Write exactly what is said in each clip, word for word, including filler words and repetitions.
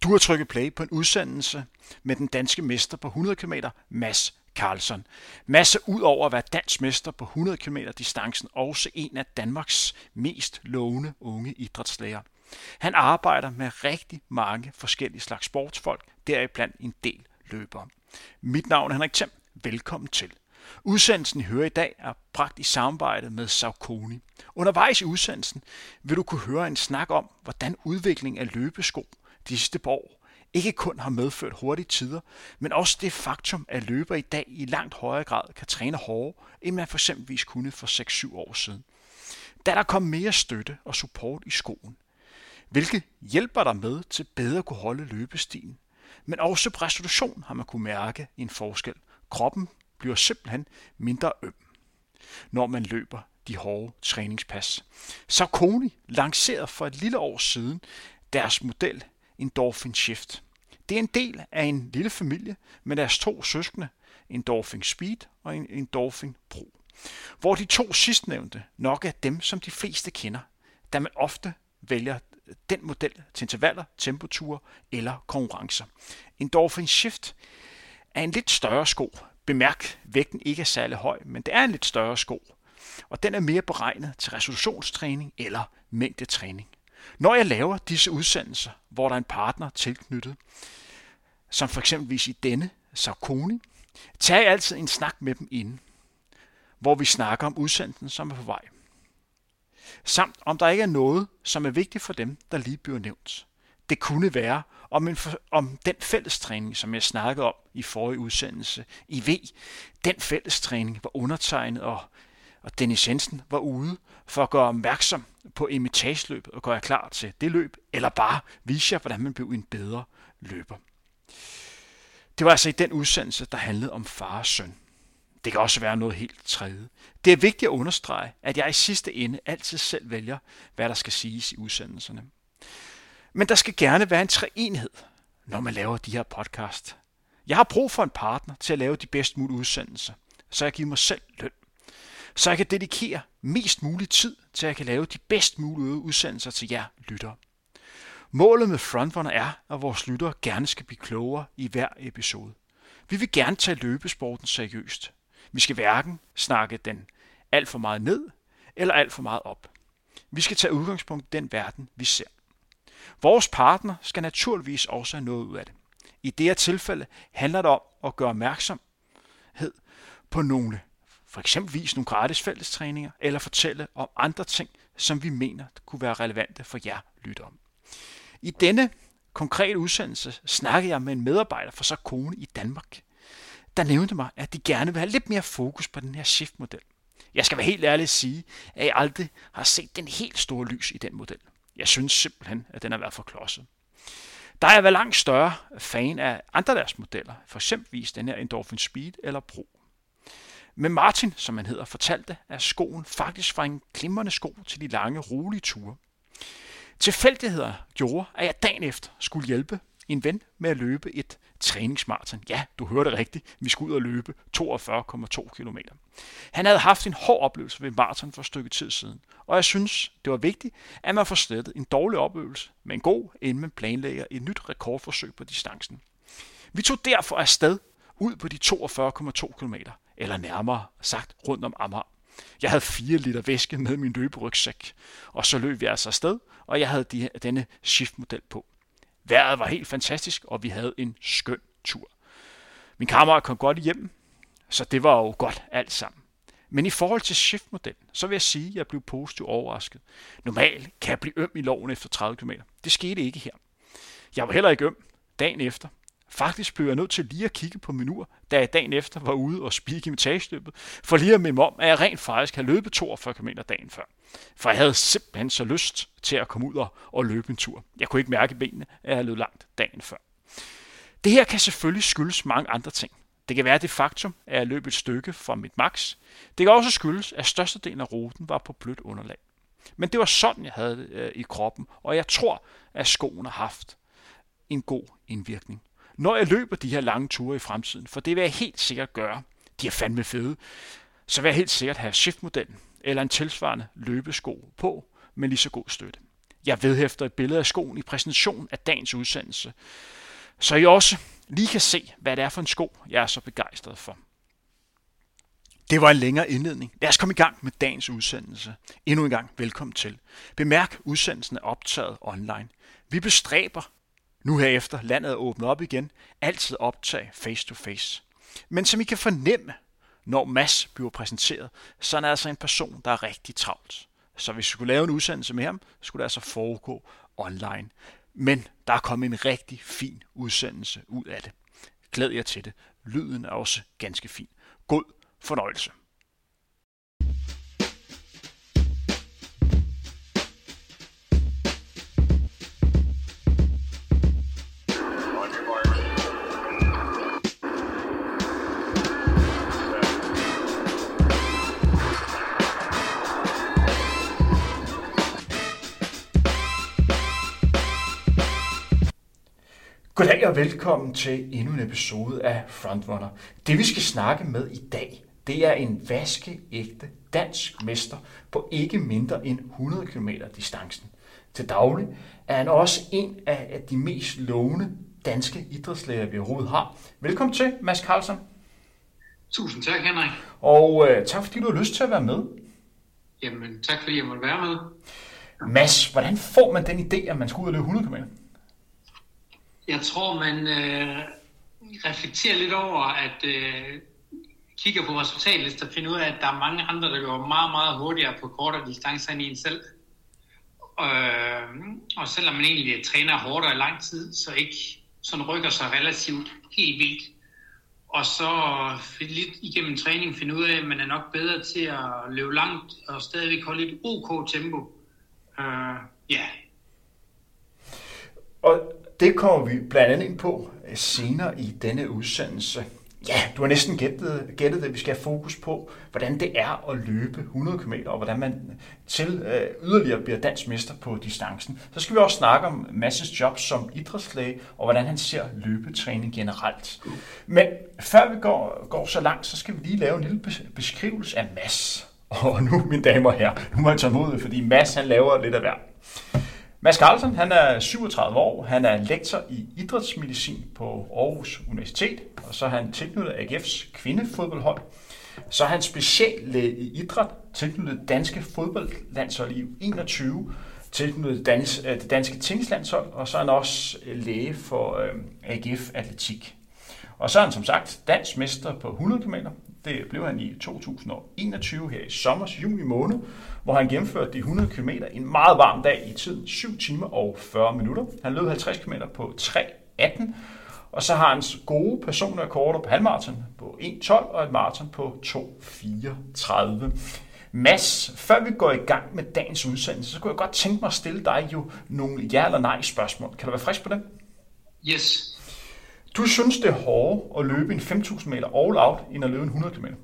Du har trykket play på en udsendelse med den danske mester på hundrede kilometer, Mads Carlsson. Mads er ud over at være dansk mester på hundrede kilometer distancen også en af Danmarks mest lovende unge idrætslæger. Han arbejder med rigtig mange forskellige slags sportsfolk, deriblandt en del løbere. Mit navn er Henrik Thiem. Velkommen til. Udsendelsen, I hører i dag, er bragt i samarbejde med Saucony. Undervejs i udsendelsen vil du kunne høre en snak om, hvordan udviklingen af løbesko de sidste par år ikke kun har medført hurtige tider, men også det faktum, at løbere i dag i langt højere grad kan træne hårdere, end man for eksempelvis kunne for seks syv år siden. Da der kom mere støtte og support i skoen, hvilket hjælper dig med til bedre at kunne holde løbestilen. Men også på restitution har man kunne mærke en forskel. Kroppen bliver simpelthen mindre øm, når man løber de hårde træningspas. Saucony lancerede for et lille år siden deres model Endorphin Shift. Det er en del af en lille familie med deres to søskende, Endorphin Speed og Endorphin Pro, hvor de to sidstnævnte nok er dem, som de fleste kender, da man ofte vælger den model til intervaller, tempoture eller konkurrencer. Endorphin Shift er en lidt større sko. Bemærk, vægten ikke er særlig høj, men det er en lidt større sko, og den er mere beregnet til resolutionstræning eller mængdetræning. Når jeg laver disse udsendelser, hvor der er en partner tilknyttet, som for eksempelvis i denne Saucony, tager jeg altid en snak med dem inden, hvor vi snakker om udsendelsen, som er på vej. Samt om der ikke er noget, som er vigtigt for dem, der lige bliver nævnt. Det kunne være om, en, om den fællestræning, som jeg snakkede om i forrige udsendelse. I V, den fællestræning var undertegnet, og, og Dennis Jensen var ude for at gøre opmærksom på imitageløbet og gøre jer klar til det løb, eller bare vise jer, hvordan man blev en bedre løber. Det var altså i den udsendelse, der handlede om far og søn. Det kan også være noget helt tredje. Det er vigtigt at understrege, at jeg i sidste ende altid selv vælger, hvad der skal siges i udsendelserne. Men der skal gerne være en treenighed, når man laver de her podcast. Jeg har brug for en partner til at lave de bedst mulige udsendelser, så jeg giver mig selv løn. Så jeg kan dedikere mest mulig tid til, at jeg kan lave de bedst mulige udsendelser til jer lyttere. Målet med Frontrunner er, at vores lyttere gerne skal blive klogere i hver episode. Vi vil gerne tage løbesporten seriøst. Vi skal hverken snakke den alt for meget ned eller alt for meget op. Vi skal tage udgangspunkt i den verden, vi ser. Vores partner skal naturligvis også have noget ud af det. I det her tilfælde handler det om at gøre opmærksomhed på nogle, for eksempelvis nogle gratis fællestræninger, eller fortælle om andre ting, som vi mener kunne være relevante for jer lyttere. I denne konkrete udsendelse snakkede jeg med en medarbejder fra Saucony i Danmark, der nævnte mig, at de gerne vil have lidt mere fokus på den her shift-model. Jeg skal være helt ærlig at sige, at jeg aldrig har set den helt store lys i den model. Jeg synes simpelthen, at den har været for klodset. Der er jeg været langt større fan af andre deres modeller, for eksempelvis den her Endorphin Speed eller Pro. Men Martin, som han hedder, fortalte, at skoen faktisk var en glimrende sko til de lange, rolige ture. Tilfældigheder gjorde, at jeg dagen efter skulle hjælpe en ven med at løbe et træningsmaraton. Ja, du hørte rigtigt. Vi skulle ud og løbe toogfyrre komma to kilometer. Han havde haft en hård oplevelse ved maraton for et stykke tid siden, og jeg synes, det var vigtigt, at man får slettet en dårlig oplevelse med en god, inden man planlægger et nyt rekordforsøg på distancen. Vi tog derfor afsted ud på de toogfyrre komma to kilometer, eller nærmere sagt rundt om Amager. Jeg havde fire liter væske med min løberygsæk, og så løb vi altså afsted, og jeg havde de, denne shift-model på. Vejret var helt fantastisk, og vi havde en skøn tur. Min kammerat kom godt hjem, så det var jo godt alt sammen. Men i forhold til shift-modellen, så vil jeg sige, at jeg blev positivt overrasket. Normalt kan jeg blive øm i loven efter tredive kilometer. Det skete ikke her. Jeg var heller ikke øm dagen efter. Faktisk blev jeg nødt til lige at kigge på min ur, da jeg dagen efter var ude og speak i imitageløbet, for lige at minde mig om, at jeg rent faktisk havde løbet toogfyrre kilometer dagen før. For jeg havde simpelthen så lyst til at komme ud og, og løbe en tur. Jeg kunne ikke mærke i benene, at jeg havde løbet langt dagen før. Det her kan selvfølgelig skyldes mange andre ting. Det kan være det faktum, at jeg løb et stykke fra mit max. Det kan også skyldes, at størstedelen af ruten var på blødt underlag. Men det var sådan, jeg havde det øh, i kroppen, og jeg tror, at skoen har haft en god indvirkning. Når jeg løber de her lange ture i fremtiden, for det vil jeg helt sikkert gøre, de er fandme fede, så vil jeg helt sikkert have shift-modellen eller en tilsvarende løbesko på med lige så god støtte. Jeg vedhæfter et billede af skoen i præsentationen af dagens udsendelse, så I også lige kan se, hvad det er for en sko, jeg er så begejstret for. Det var en længere indledning. Lad os komme i gang med dagens udsendelse. Endnu en gang velkommen til. Bemærk, udsendelsen er optaget online. Vi bestræber, nu herefter landet er åbnet op igen, altid optage face to face. Men som I kan fornemme, når Mads bliver præsenteret, så er han altså en person, der er rigtig travlt. Så hvis vi skulle lave en udsendelse med ham, skulle det altså foregå online. Men der er kommet en rigtig fin udsendelse ud af det. Glæd jer til det. Lyden er også ganske fin. God fornøjelse. Goddag og velkommen til endnu en episode af Frontrunner. Det vi skal snakke med i dag, det er en vaskeægte dansk mester på ikke mindre end hundrede kilometer distancen. Til daglig er han også en af de mest lovende danske idrætslæger, vi overhovedet har. Velkommen til, Mads Carlson. Tusind tak, Henrik. Og øh, tak fordi du har lyst til at være med. Jamen, tak fordi jeg måtte være med. Mads, hvordan får man den idé, at man skal ud og løbe hundrede kilometer? Jeg tror, man øh, reflekterer lidt over, at øh, kigger på resultatlister og finder ud af, at der er mange andre, der går meget, meget hurtigere på kortere distancer end en selv. Øh, og selvom man egentlig træner hårdere i lang tid, så ikke sådan rykker sig relativt helt vildt. Og så lidt igennem træning finde ud af, at man er nok bedre til at løbe langt og stadigvæk holde et OK tempo. Øh, ja. Og det kommer vi blandt andet ind på senere i denne udsendelse. Ja, du har næsten gættet, gættet det. Vi skal have fokus på, hvordan det er at løbe hundrede kilometer, og hvordan man til øh, yderligere bliver dansk mester på distancen. Så skal vi også snakke om Mads' job som idrætslæge, og hvordan han ser løbetræning generelt. Men før vi går, går så langt, så skal vi lige lave en lille beskrivelse af Mads. Og nu, mine damer og herrer, nu må jeg tage mod, fordi Mads han laver lidt af hver. Mads Carlson, han er syvogtredive år, han er lektor i idrætsmedicin på Aarhus Universitet, og så er han tilknyttet A G F's kvindefodboldhold. Så er han speciallæge i idræt, tilknyttet danske fodboldlandshold i U enogtyve, tilknyttet dans, det danske tennislandshold, og så er han også læge for øh, A G F Atletik. Og så er han som sagt dansk mester på hundrede kilometer. Det blev han i to tusind og enogtyve her i sommers juni måned, hvor han gennemførte de hundrede kilometer en meget varm dag i tiden syv timer og fyrre minutter. Han løb halvtreds kilometer på tre atten, og så har han gode personlige rekorder på halvmaraton på en tolv og et maraton på to fireogtredive. Mads, før vi går i gang med dagens udsendelse, så kunne jeg godt tænke mig at stille dig jo nogle ja eller nej spørgsmål. Kan du være frisk på det? Yes. Du synes, det er hårdere at løbe en fem tusind meter all out, end at løbe en hundrede kilometer?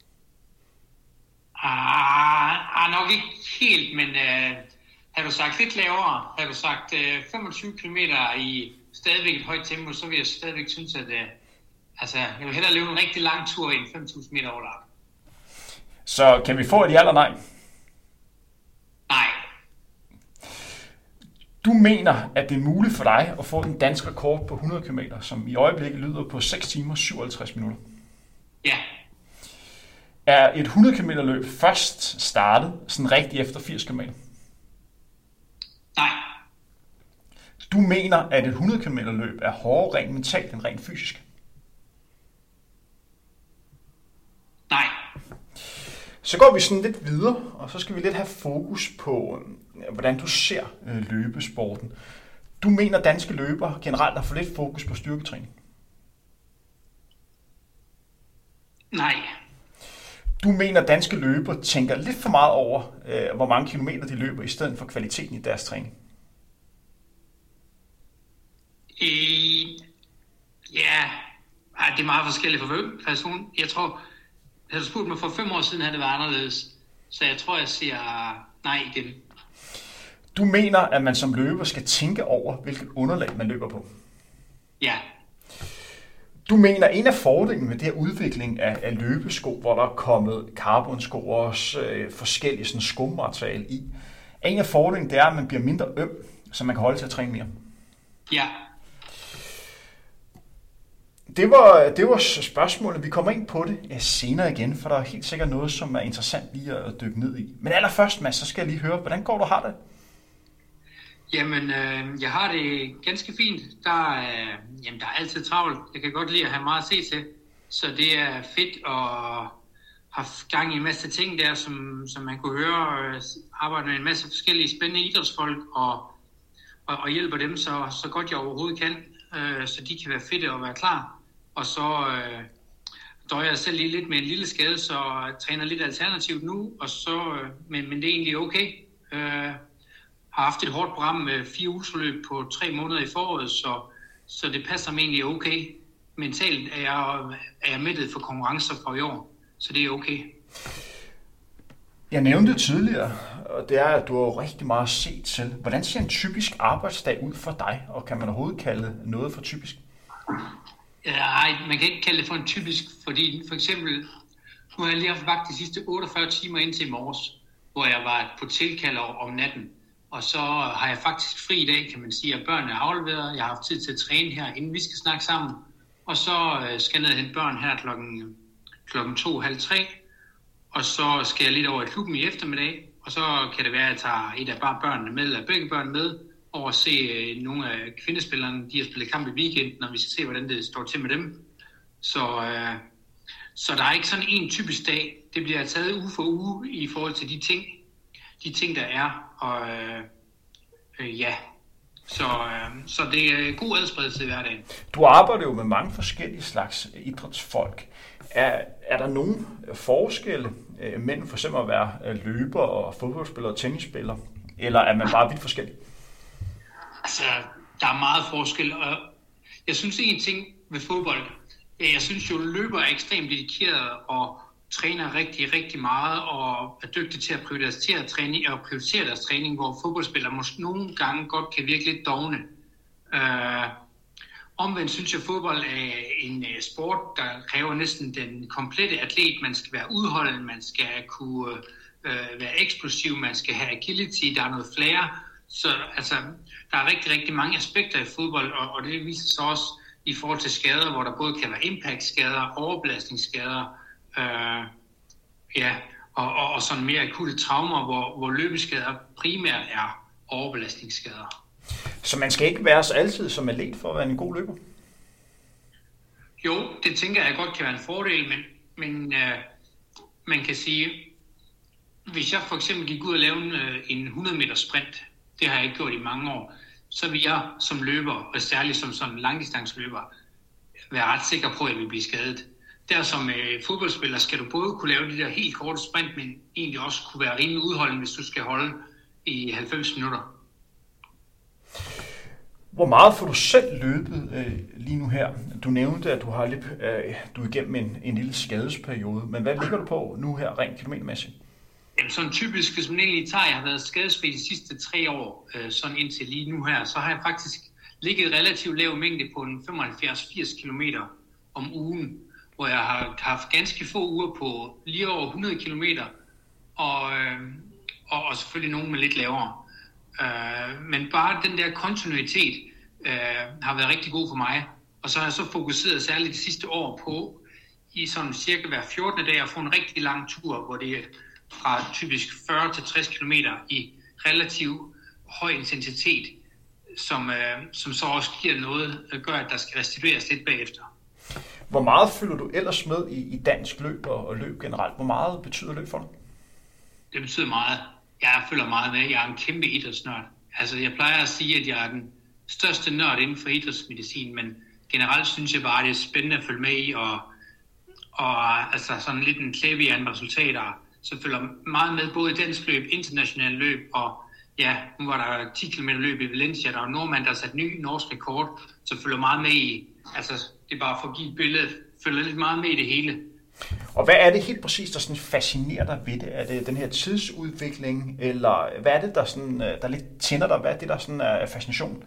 Ah, nok ikke helt, men øh, har du sagt lidt lavere, har du sagt øh, femogtyve kilometer i stadigvæk et højt tempo, så vil jeg stadigvæk synes, at øh, altså, jeg vil hellere løbe en rigtig lang tur end fem tusind meter all out. Så kan vi få et ja eller nej? Nej. Du mener, at det er muligt for dig at få den danske rekord på hundrede kilometer, som i øjeblikket lyder på seks timer og syvoghalvtreds minutter? Ja. Er et hundrede kilometer løb først startet sådan rigtig efter firs kilometer? Nej. Du mener, at et hundrede kilometer løb er hårdere rent mentalt end rent fysisk? Nej. Så går vi sådan lidt videre, og så skal vi lidt have fokus på, hvordan du ser løbesporten. Du mener, at danske løbere generelt har for lidt fokus på styrketræning? Nej. Du mener, at danske løbere tænker lidt for meget over, hvor mange kilometer de løber, i stedet for kvaliteten i deres træning? Øh, ja, det er meget forskelligt for hver person. Jeg tror, havde du spurgt mig for fem år siden, havde det været anderledes. Så jeg tror, jeg siger nej igen. Du mener, at man som løber skal tænke over, hvilket underlag man løber på? Ja. Du mener, at en af fordelene med det her udvikling af, af løbesko, hvor der er kommet carbonsko og også øh, forskellige sådan, skomateriale i, En af fordelene, det er, at man bliver mindre øm, så man kan holde til at træne mere. Ja. Det var, det var spørgsmålet. Vi kommer ind på det senere igen, for der er helt sikkert noget, som er interessant lige at dykke ned i. Men allerførst, Mads, så skal jeg lige høre, hvordan går du har det? Jamen, øh, jeg har det ganske fint. Der er, jamen, der er altid travlt. Jeg kan godt lide at have meget at se til. Så det er fedt at have gang i en masse ting der, som, som man kunne høre. Arbejde med en masse forskellige spændende idrætsfolk og, og, og hjælper dem så, så godt jeg overhovedet kan. Øh, så de kan være fedte og være klar. Og så øh, døjer jeg selv lige lidt med en lille skade, så jeg træner lidt alternativt nu. Og så, øh, men, men det er egentlig okay. Øh, har haft et hårdt program med fire ugeløb på tre måneder i foråret, så, så det passer mig egentlig okay. Mentalt er jeg, er jeg mættet for konkurrencer for i år, så det er okay. Jeg nævnte det tidligere, og det er, at du har rigtig meget set til. Hvordan ser en typisk arbejdsdag ud for dig, og kan man overhovedet kalde noget for typisk? Nej, man kan ikke kalde det for en typisk, fordi for eksempel, nu har jeg lige haft vagt de sidste otteogfyrre timer indtil i morges, hvor jeg var på tilkald om natten. Og så har jeg faktisk fri i dag, kan man sige, at børnene er afleveret. Jeg har haft tid til at træne her, inden vi skal snakke sammen. Og så skal jeg ned og hente børn her klokken, klokken to, halv tre. Og så skal jeg lidt over i klubben i eftermiddag. Og så kan det være, at jeg tager et af bare børnene med, eller begge børn med, over at se nogle af kvindespillerne. De har spillet kamp i weekenden, og vi skal se, hvordan det står til med dem. Så, øh, så der er ikke sådan en typisk dag. Det bliver taget uge for uge i forhold til de ting, de ting, der er. Og øh, øh, ja, så, øh, så det er god adspredelse i hverdagen. Du arbejder jo med mange forskellige slags idrætsfolk. Er, er der nogen forskelle øh, mellem for eksempel at være løber og fodboldspiller og tennisspiller? Eller er man bare vidt forskellig? Altså, der er meget forskel. Og jeg synes en ting ved fodbold, jeg synes jo, løber er ekstremt dedikeret og træner rigtig, rigtig meget og er dygtige til at prioritere træning, og prioritere deres træning, hvor fodboldspillere måske nogle gange godt kan virke lidt dovne. Øh, omvendt synes jeg, at fodbold er en sport, der kræver næsten den komplette atlet. Man skal være udholdende, man skal kunne øh, være eksplosiv, man skal have agility, der er noget flair. Så altså, der er rigtig, rigtig mange aspekter i fodbold, og, og det viser sig også i forhold til skader, hvor der både kan være impact-skader, overbelastningsskader, Øh, ja, og, og, og sådan mere akutte traumer, hvor, hvor løbeskader primært er overbelastningsskader. Så man skal ikke være så altid som atlet for at være en god løber? Jo, det tænker jeg godt kan være en fordel, men, men øh, man kan sige, hvis jeg for eksempel gik ud og lavede en, en hundrede meter sprint, det har jeg ikke gjort i mange år, så vil jeg som løber, og særligt som sådan en langdistanceløber, være ret sikker på, at jeg vil blive skadet. Der som øh, fodboldspiller skal du både kunne lave de der helt korte sprint, men egentlig også kunne være rimelig udholdende, hvis du skal holde i halvfems minutter. Hvor meget får du selv løbet øh, lige nu her? Du nævnte, at du har lidt, øh, du er igennem en, en lille skadesperiode, men hvad ligger du på nu her rent kilometermæssigt? Jamen sådan typisk, hvis man egentlig tager, jeg har været skadesfri de sidste tre år, øh, sådan indtil lige nu her, så har jeg faktisk ligget relativt lav mængde på en femoghalvfjerds til firs kilometer om ugen, hvor jeg har haft ganske få uger på lige over hundrede kilometer, og, øh, og, og selvfølgelig nogle med lidt lavere. Øh, men bare den der kontinuitet øh, har været rigtig god for mig, og så har jeg så fokuseret særligt de sidste år på, i sådan cirka hver fjortende dag, at få en rigtig lang tur, hvor det er fra typisk fyrre til tres kilometer i relativt høj intensitet, som, øh, som så også giver noget, der gør, at der skal restitueres lidt bagefter. Hvor meget følger du ellers med i, i dansk løb og, og løb generelt? Hvor meget betyder løb for dig? Det betyder meget. Jeg følger meget med. Jeg er en kæmpe idrætsnørd. Altså, jeg plejer at sige, at jeg er den største nørd inden for idrætsmedicin, men generelt synes jeg bare, at det er spændende at følge med i, og, og altså sådan lidt en klæbe af resultater. Så følger meget med både i dansk løb, internationalt løb, og ja, nu var der ti kilometer løb i Valencia, der var en nordmand, der satte ny norsk rekord, så følger meget med i, altså det er bare for at give et billede, følger lidt meget med i det hele. Og hvad er det helt præcis, der sådan fascinerer dig ved det? Er det den her tidsudvikling, eller hvad er det, der, sådan, der lidt tænder dig? Hvad er det, der sådan er fascination?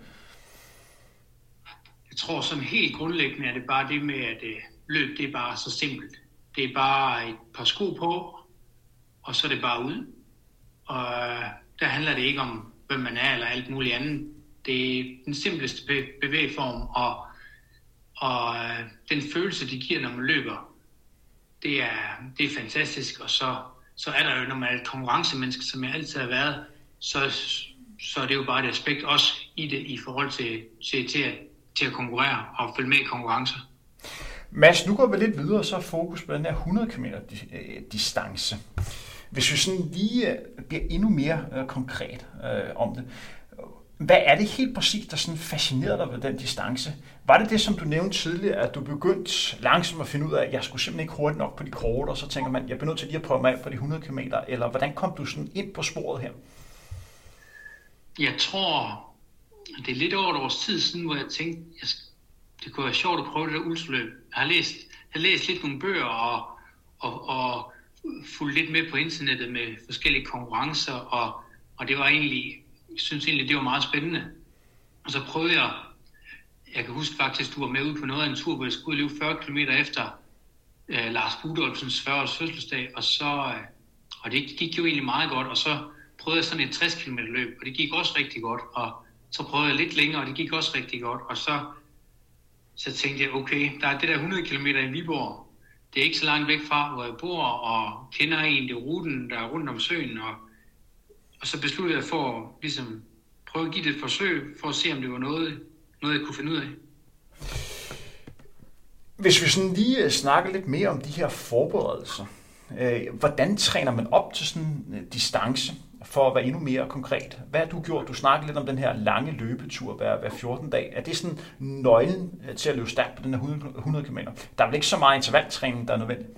Jeg tror, som helt grundlæggende er det bare det med, at løb, det er bare så simpelt. Det er bare et par sko på, og så er det bare ud. Og der handler det ikke om, hvem man er eller alt muligt andet. Det er den simpleste bevægeform, og, og den følelse, det giver, når man løber, det er, det er fantastisk. Og så, så er der jo, når man er et konkurrencemenneske, som jeg altid har været, så, så er det jo bare et aspekt også i det, i forhold til, til, til, at, til at konkurrere og følge med i konkurrencer. Mads, nu går vi lidt videre, så er fokus på den her hundrede kilometer distance. Hvis vi sådan lige bliver endnu mere øh, konkret øh, om det, hvad er det helt præcis, der sådan fascinerede dig ved den distance? Var det det, som du nævnte tidligere, at du begyndte langsomt at finde ud af, at jeg skulle simpelthen ikke hurtigt nok på de korte, og så tænker man, jeg bliver nødt til lige at prøve mig af på de hundrede kilometer, eller hvordan kom du sådan ind på sporet her? Jeg tror, det er lidt over et års tid siden, hvor jeg tænkte, jeg, det kunne være sjovt at prøve det der ultraløb. Jeg har læst, jeg har læst lidt nogle bøger og, og, og fulgt lidt med på internettet med forskellige konkurrencer, og, og det var egentlig, jeg synes egentlig, det var meget spændende. Og så prøvede jeg, jeg kan huske faktisk, du var med ud på noget af en tur, hvor jeg skulle løbe fyrre kilometer efter øh, Lars Budolfsens fyrre års fødselsdag, og, så, øh, og det gik jo egentlig meget godt, og så prøvede jeg sådan et tres kilometer løb, og det gik også rigtig godt, og så prøvede jeg lidt længere, og det gik også rigtig godt, og så, så tænkte jeg, okay, der er det der hundrede kilometer i Viborg, det er ikke så langt væk fra, hvor jeg bor, og kender egentlig ruten, der er rundt om søen, og, og så besluttede jeg for at ligesom, prøve at give det et forsøg, for at se, om det var noget, noget jeg kunne finde ud af. Hvis vi sådan lige snakker lidt mere om de her forberedelser, øh, hvordan træner man op til sådan en distance, for at være endnu mere konkret? Hvad har du gjort? Du snakkede lidt om den her lange løbetur hver, hver fjorten dage. Er det sådan nøglen til at løbe stærkt på den her hundrede kilometer? Der er vel ikke så meget intervaltræning, der er nødvendigt?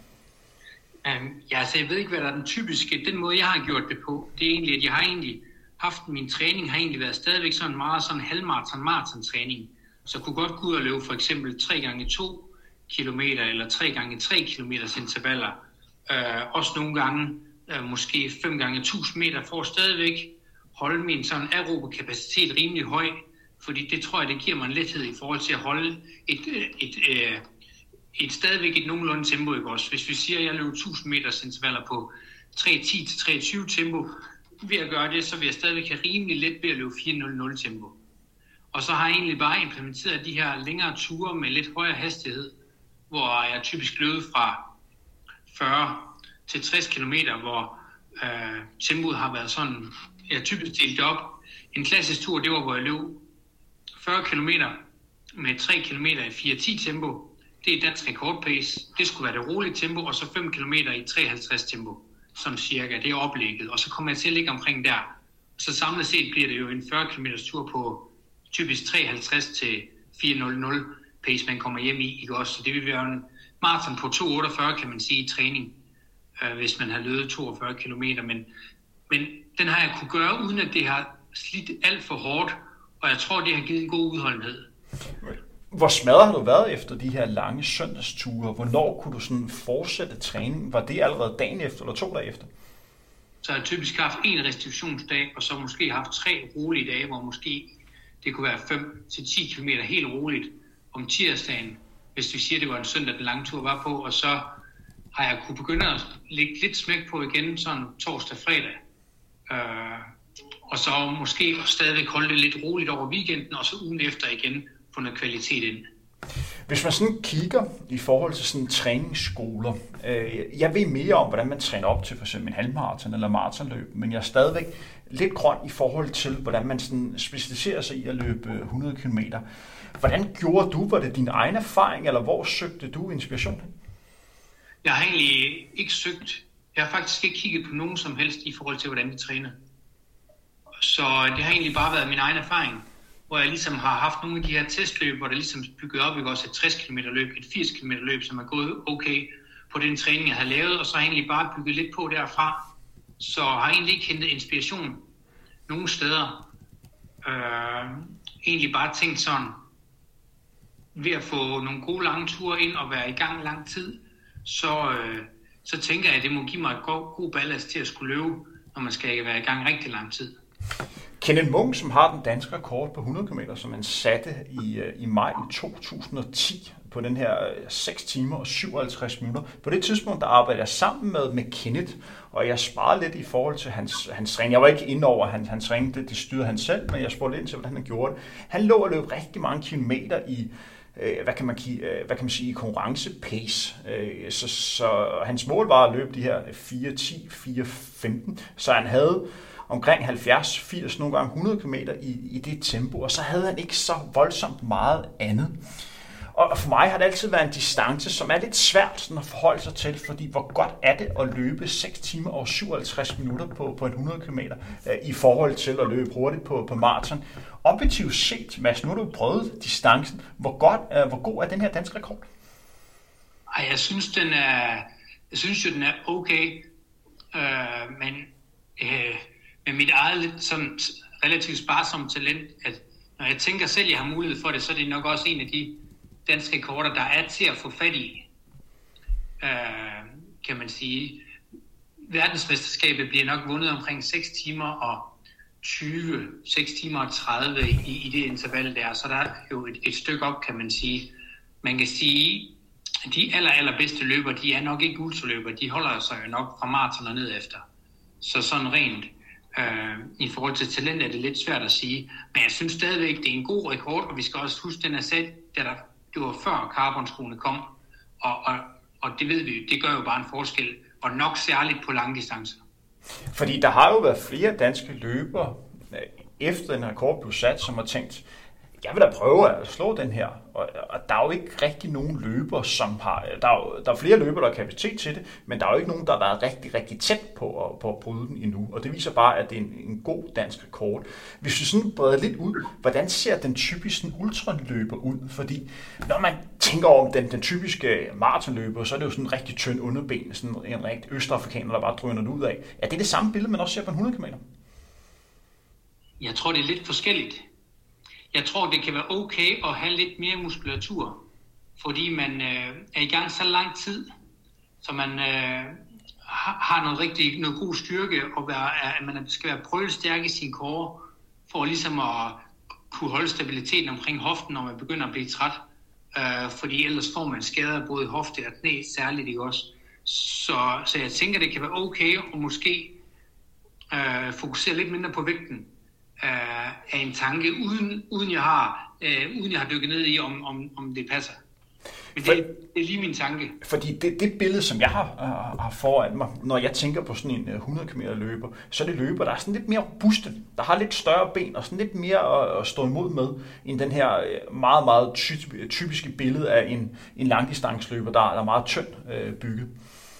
Um, ja, altså jeg ved ikke, hvad der er den typiske. Den måde, jeg har gjort det på, det er egentlig, at jeg har egentlig haft min træning, har egentlig været stadigvæk sådan meget sådan halvmaraton-maraton-træning. Så jeg kunne godt gå ud og løbe for eksempel tre gange to kilometer eller tre gange tre kilometers intervaller. Uh, også nogle gange måske fem gange tusind meter, for at stadigvæk holde min sådan aerobe kapacitet rimelig høj, fordi det tror jeg, det giver mig en lethed i forhold til at holde et, et, et, et, et stadigvæk et nogenlunde tempo, ikke også? Hvis vi siger, at jeg løber tusind meters intervaller på tre ti til tre tyve tempo, ved at gøre det, så vil jeg stadigvæk have rimelig let ved at løbe fire nul nul tempo. Og så har jeg egentlig bare implementeret de her længere ture med lidt højere hastighed, hvor jeg typisk løber fra fyrre til tres kilometer, hvor øh, tempoet har været sådan, jeg typisk delt op. En klassisk tur, det var, hvor jeg løb fyrre kilometer med tre kilometer i fire ti tempo. Det er dansk rekordpace. Det skulle være det rolige tempo, og så fem kilometer i tre halvtreds tempo, som cirka. Det er oplægget, og så kommer jeg til at ligge omkring der. Så samlet set bliver det jo en fyrre kilometers tur på typisk tre halvtreds til fire nul nul pace, man kommer hjem i, ikke også? Så det vil være en maraton på to otteogfyrre, kan man sige, i træning, hvis man har løbet toogfyrre kilometer, men, men den har jeg kunne gøre, uden at det har slidt alt for hårdt, og jeg tror, det har givet en god udholdenhed. Hvor smadret har du været efter de her lange søndagsture? Hvornår kunne du sådan fortsætte træningen? Var det allerede dagen efter eller to dage efter? Så har jeg typisk haft en restriktionsdag, og så måske haft tre rolige dage, hvor måske det kunne være fem til ti kilometer helt roligt om tirsdagen, hvis vi siger, det var en søndag, den lange tur var på, og så har jeg kunne begynde at lægge lidt smæk på igen, sådan torsdag-fredag. Øh, og så måske stadigvæk holde det lidt roligt over weekenden, og så ugen efter igen få noget kvalitet ind. Hvis man sådan kigger i forhold til sådan træningsskoler, øh, jeg ved mere om, hvordan man træner op til for eksempel en halvmaraton eller maratonløb, men jeg er stadigvæk lidt grøn i forhold til, hvordan man sådan specialiserer sig i at løbe hundrede kilometer. Hvordan gjorde du? Var det din egen erfaring, eller hvor søgte du inspiration? Jeg har egentlig ikke søgt. Jeg har faktisk ikke kigget på nogen som helst i forhold til, hvordan de træner. Så det har egentlig bare været min egen erfaring, hvor jeg ligesom har haft nogle af de her testløb, hvor der ligesom bygget op, ikke også et tres kilometer løb, et firs kilometer løb, som er gået okay på den træning, jeg har lavet, og så har jeg egentlig bare bygget lidt på derfra. Så har jeg egentlig ikke hentet inspiration nogen steder. Øh, egentlig bare tænkt sådan, ved at få nogle gode lange ture ind og være i gang lang tid, så, øh, så tænker jeg, at det må give mig et god, god ballast til at skulle løbe, når man skal være i gang rigtig lang tid. Kenneth Munk, som har den danske rekord på hundrede kilometer, som han satte i, i maj to tusind og ti på på den her seks timer og syvoghalvtreds minutter. På det tidspunkt, der arbejdede jeg sammen med, med Kenneth, og jeg sparede lidt i forhold til hans, hans træning. Jeg var ikke inde over hans, hans træning, det, det styrede han selv, men jeg spurgte lidt ind til, hvordan han gjorde det. Han lå og løb rigtig mange kilometer i, hvad kan man, hvad kan man sige, i konkurrencepace. Så, så hans mål var at løbe de her fire ti, fire femten, så han havde omkring halvfjerds, firs, nogle gange hundrede kilometer i, i det tempo, og så havde han ikke så voldsomt meget andet. Og for mig har det altid været en distance, som er lidt svært sådan at forholde sig til, fordi hvor godt er det at løbe seks timer og syvoghalvtreds minutter på, på en hundrede kilometer i forhold til at løbe hurtigt på, på maraton. Objektivt set, Mads, nu har du prøvet distancen. Hvor, godt, hvor god er den her danske rekord? Ej, jeg synes, den er, jeg synes jo, den er okay, øh, men øh, med mit eget lidt sådan relativt sparsomme talent, at når jeg tænker selv, at jeg har mulighed for det, så er det nok også en af de danske rekorder, der er til at få fat i, øh, kan man sige. Verdensmesterskabet bliver nok vundet omkring seks timer og tyve, seks timer og tredive i, i det interval der, så der er jo et, et stykke op, kan man sige. Man kan sige, at de aller, allerbedste løber, de er nok ikke ultraløber, de holder sig jo nok fra maraton og ned efter. Så sådan rent øh, i forhold til talent er det lidt svært at sige, men jeg synes stadigvæk, det er en god rekord, og vi skal også huske, den er sat, da der det var før carbonskoene kom, og, og, og det ved vi jo, det gør jo bare en forskel, og nok særligt på lange distancer. Fordi der har jo været flere danske løbere, efter en rekord blev sat, som har tænkt, jeg vil da prøve at slå den her, og, og der er jo ikke rigtig nogen løber, som har, der er, jo, der er flere løber, der har kapacitet til det, men der er jo ikke nogen, der har været rigtig, rigtig tæt på at, på at bryde den endnu, og det viser bare, at det er en, en god dansk rekord. Hvis vi sådan breder lidt ud, hvordan ser den typiske ultraløber ud? Fordi når man tænker over den, den typiske maratonløber, så er det jo sådan en rigtig tynd underben, sådan en rigtig østafrikaner, der bare drøner det ud af. Er det det samme billede, man også ser på en hundrede kilometer? Jeg tror, det er lidt forskelligt. Jeg tror, det kan være okay at have lidt mere muskulatur, fordi man øh, er i gang så lang tid, så man øh, har noget rigtig noget god styrke, og være, at man skal være prøvestærk i sin core, for ligesom at kunne holde stabiliteten omkring hoften, når man begynder at blive træt. Øh, fordi ellers får man skader både i hofte og knæ, særligt ikke også. Så, så jeg tænker, det kan være okay at måske øh, fokusere lidt mindre på vægten af en tanke, uden, uden, jeg har, øh, uden jeg har dykket ned i, om, om, om det passer. Men det, det er lige min tanke. Fordi det, det billede, som jeg har, har foran mig, når jeg tænker på sådan en hundrede kilometer løber, så er det løber, der er sådan lidt mere robuste, der har lidt større ben og sådan lidt mere at, at stå imod med, end den her meget, meget ty- typiske billede af en, en langdistanceløber, der, der er meget tynd øh, bygget.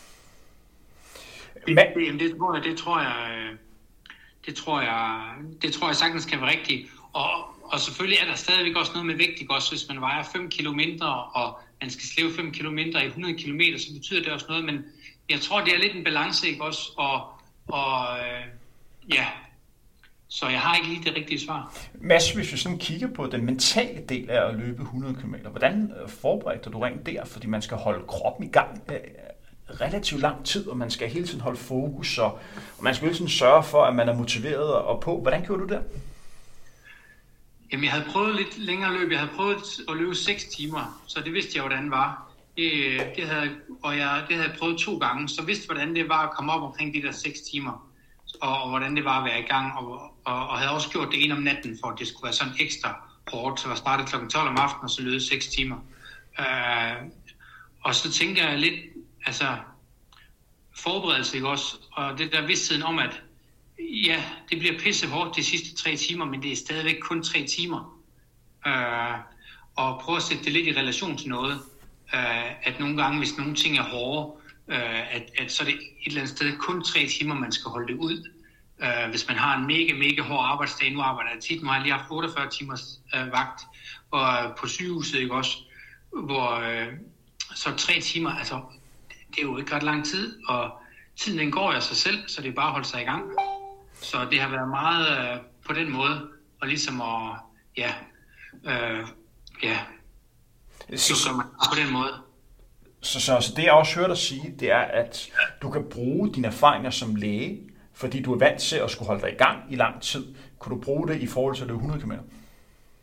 Det, Men, det, det, tror jeg, det tror jeg... Det tror jeg, det tror jeg sagtens kan være rigtigt. Og, og selvfølgelig er der stadigvæk også noget med vægt, ikke også? Hvis man vejer fem kilo mindre, og man skal slæve fem kilo mindre i hundrede kilometer, så betyder det også noget. Men jeg tror, det er lidt en balance, ikke også? Og, og øh, ja, så jeg har ikke lige det rigtige svar. Mads, hvis vi sådan kigger på den mentale del af at løbe hundrede kilometer, hvordan forbereder du rent der? Fordi man skal holde kroppen i gang relativt lang tid, og man skal hele tiden holde fokus, og, og man skal hele tiden sørge for, at man er motiveret og på. Hvordan gjorde du det? Jamen, jeg havde prøvet lidt længere løb. Jeg havde prøvet at løbe seks timer, så det vidste jeg, hvordan det var. Det, det havde, og jeg, det havde jeg prøvet to gange, så vidste, hvordan det var at komme op omkring de der seks timer, og, og hvordan det var at være i gang, og, og, og havde også gjort det en om natten, for at det skulle være sådan ekstra hårdt, så jeg startede klokken tolv om aftenen, og så løb seks timer. Uh, og så tænker jeg lidt, altså forberedelse, ikke også? Og det der vidstheden om, at ja, det bliver pisse hårdt de sidste tre timer, men det er stadigvæk kun tre timer. Øh, og prøve at sætte det lidt i relation til noget. Øh, at nogle gange, hvis nogle ting er hårde, øh, at, at så er det et eller andet sted kun tre timer, man skal holde det ud. Øh, hvis man har en mega, mega hård arbejdsdag, nu arbejder jeg tit, nu har jeg lige haft otteogfyrre timers øh, vagt og på sygehuset, ikke også? Hvor øh, så tre timer, altså det er jo ikke ret lang tid, og tiden den går af sig selv, så det er bare at holde sig i gang. Så det har været meget øh, på den måde, og ligesom at, ja, øh, ja, så, så man på den måde. Så, så, så det jeg også hørte dig sige, det er, at du kan bruge dine erfaringer som læge, fordi du er vant til at skulle holde dig i gang i lang tid. Kunne du bruge det i forhold til at løbe hundrede kilometer?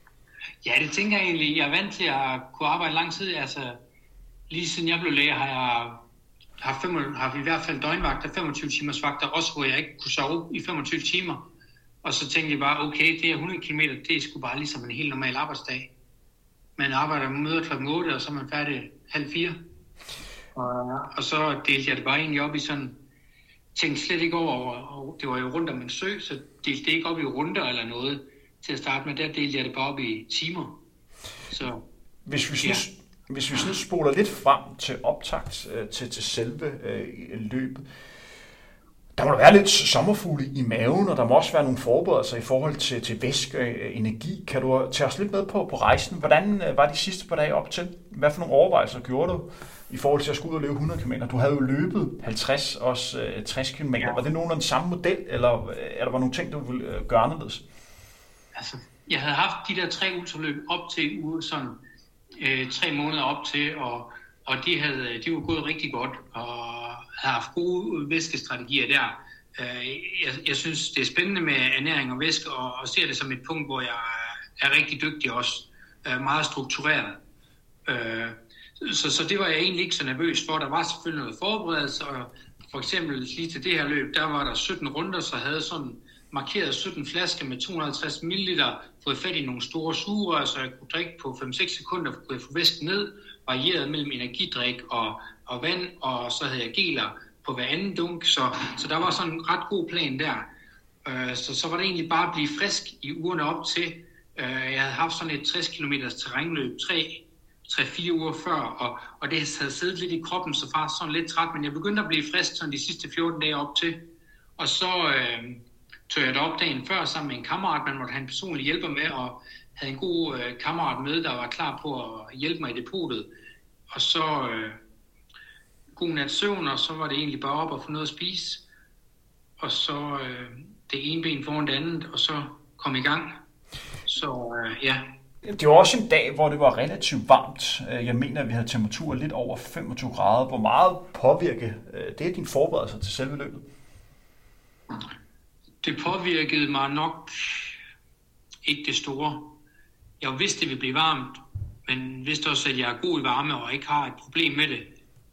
Ja, det tænker jeg egentlig. Jeg er vant til at kunne arbejde lang tid. Altså, lige siden jeg blev læge, har jeg haft, fem, haft i hvert fald døgnvagter, femogtyve timers vagter, også hvor jeg ikke kunne sove i femogtyve timer. Og så tænkte jeg bare, okay, det er hundrede kilometer, det er sgu bare ligesom en helt normal arbejdsdag. Man arbejder møder klokken otte, og så er man færdig halv fire. Og, og så delte jeg det bare egentlig op i sådan, tænkte slet ikke over, og det var jo rundt om en sø, så delte det ikke op i runder eller noget til at starte med. Der delte jeg det bare op i timer. Så, hvis vi synes, ja. hvis vi sådan spoler lidt frem til optakt til, til selve øh, løbet, der må der være lidt sommerfugle i maven, og der må også være nogle forberedelser i forhold til, til væske og energi. Kan du tage os lidt med på, på rejsen? Hvordan var de sidste par dage op til? Hvad for nogle overvejelser gjorde du i forhold til at skulle ud og løbe hundrede kilometer? Du havde jo løbet halvtreds, også tres kilometer. Var det nogenlunde den samme model, eller er der var nogle ting, du ville gøre anderledes? Altså, jeg havde haft de der tre ultraløb op til uge, sådan øh, tre måneder op til, og, og de, havde, de var gået rigtig godt, og havde haft gode væskestrategier der. Jeg, jeg synes, det er spændende med ernæring og væske, og, og ser det som et punkt, hvor jeg er rigtig dygtig også. Meget struktureret. Så, så det var jeg egentlig ikke så nervøs for. Der var selvfølgelig noget forberedelse, og for eksempel lige til det her løb, der var der sytten runder, så havde sådan markeret sytten flasker med to hundrede og halvtreds milliliter, fået fat i nogle store sugerør, så jeg kunne drikke på fem til seks sekunder, kunne jeg få væsken ned, varieret mellem energidrik og, og vand, og så havde jeg geler på hver anden dunk, så, så der var sådan en ret god plan der. Uh, så, så var det egentlig bare at blive frisk i ugerne op til. Uh, jeg havde haft sådan et tres kilometer terrænløb tre fire uger før, og, og det havde siddet lidt i kroppen, så faktisk sådan lidt træt, men jeg begyndte at blive frisk sådan de sidste fjorten dage op til. Og så uh, tog jeg det op dagen før sammen med en kammerat, man måtte have en personlig hjælper med, og havde en god uh, kammerat med, der var klar på at hjælpe mig i depotet. Og så uh, god nat søvn, og så var det egentlig bare op og få noget at spise. Og så uh, det ene ben foran det andet, og så kom i gang. Så uh, ja. Det var også en dag, hvor det var relativt varmt. Jeg mener, at vi havde temperaturer lidt over femogtyve grader. Hvor meget påvirke det er din forberedelse til selve løbet? Det påvirkede mig nok ikke det store. Jeg vidste, det ville blive varmt, men vidste også, at jeg er god i varme og ikke har et problem med det.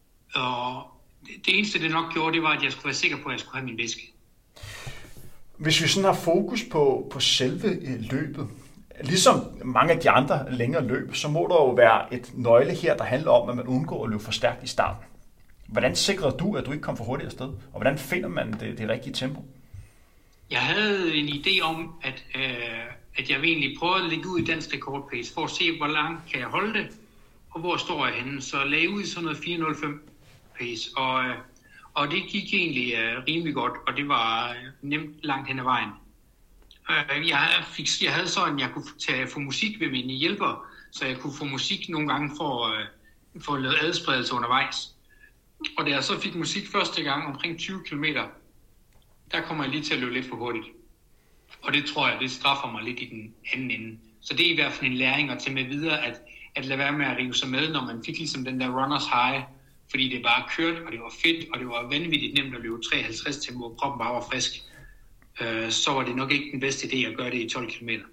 Og det eneste, det nok gjorde, det var, at jeg skulle være sikker på, at jeg skulle have min væske. Hvis vi sådan har fokus på, på selve løbet, ligesom mange af de andre længere løb, så må der jo være et nøgle her, der handler om, at man undgår at løbe for stærkt i starten. Hvordan sikrer du, at du ikke kommer for hurtigt afsted? Og hvordan finder man det, det rigtige tempo? Jeg havde en idé om, at, øh, at jeg vil egentlig prøve at lægge ud i dansk rekordpace, for at se, hvor langt kan jeg holde det, og hvor står jeg henne. Så lagde ud i sådan noget fire nul fem pace, og, øh, og det gik egentlig øh, rimelig godt, og det var øh, nemt langt hen ad vejen. Øh, jeg, fik, jeg havde sådan, at jeg kunne tage, få musik ved mine hjælper, så jeg kunne få musik nogle gange for, øh, for at lave adspredelse undervejs. Og da jeg så fik musik første gang omkring tyve kilometer, der kommer jeg lige til at løbe lidt for hurtigt. Og det tror jeg, det straffer mig lidt i den anden ende. Så det er i hvert fald en læring at tage med videre, at, at lade være med at rive sig med, når man fik ligesom den der runners high, fordi det bare kørt, og det var fedt, og det var vanvittigt nemt at løbe treoghalvtreds tempo, og kroppen bare var frisk. Øh, så var det nok ikke den bedste idé at gøre det i tolv kilometer.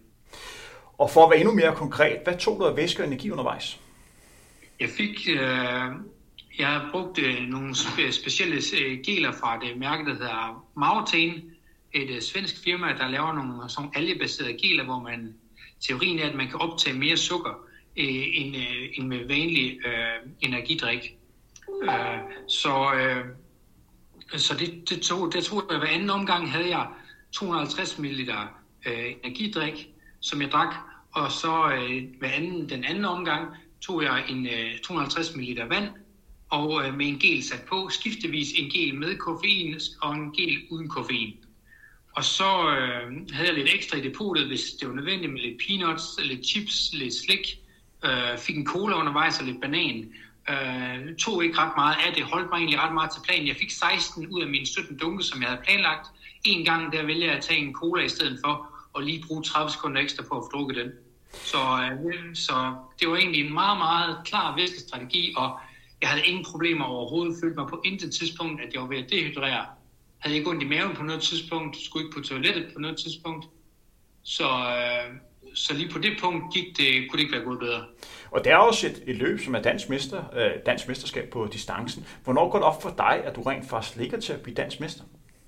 Og for at være endnu mere konkret, hvad tog du af væske og energi undervejs? Jeg fik... Øh, Jeg har brugt øh, nogle spe- specielle øh, geler fra det mærke, der hedder Maurtain, et øh, svensk firma, der laver nogle sådan algebaserede geler, hvor man teorien er, at man kan optage mere sukker øh, end, øh, end med vanlig øh, energidrik. Øh, så øh, så det, det, tog, det tog jeg hver anden omgang havde jeg to hundrede og halvtreds milliliter øh, energidrik, som jeg drak, og så øh, hver anden, den anden omgang tog jeg en øh, to hundrede og halvtreds milliliter vand, og øh, med en gel sat på, skiftevis en gel med koffein og en gel uden koffein. Og så øh, havde jeg lidt ekstra i depotet, hvis det var nødvendigt, med lidt peanuts, lidt chips, lidt slik. Øh, fik en cola undervejs og lidt banan. Øh, tog ikke ret meget af det, holdt mig egentlig ret meget til planen. Jeg fik seksten ud af mine sytten dunke, som jeg havde planlagt. En gang der vælger jeg at tage en cola i stedet for, og lige bruge tredive sekunder ekstra på at få drukket den. Så, øh, så det var egentlig en meget, meget klar væskestrategi, og jeg havde ingen problemer overhovedet, følte mig på intet tidspunkt, at jeg var ved at dehydrere. Havde ikke ondt i maven på noget tidspunkt, skulle ikke på toilettet på noget tidspunkt. Så, øh, så lige på det punkt gik det, kunne det ikke være gået bedre. Og det er også et, et løb, som er dansk, mester, øh, dansk mesterskab på distancen. Hvornår går det op for dig, at du rent faktisk ligger til at blive dansk mester?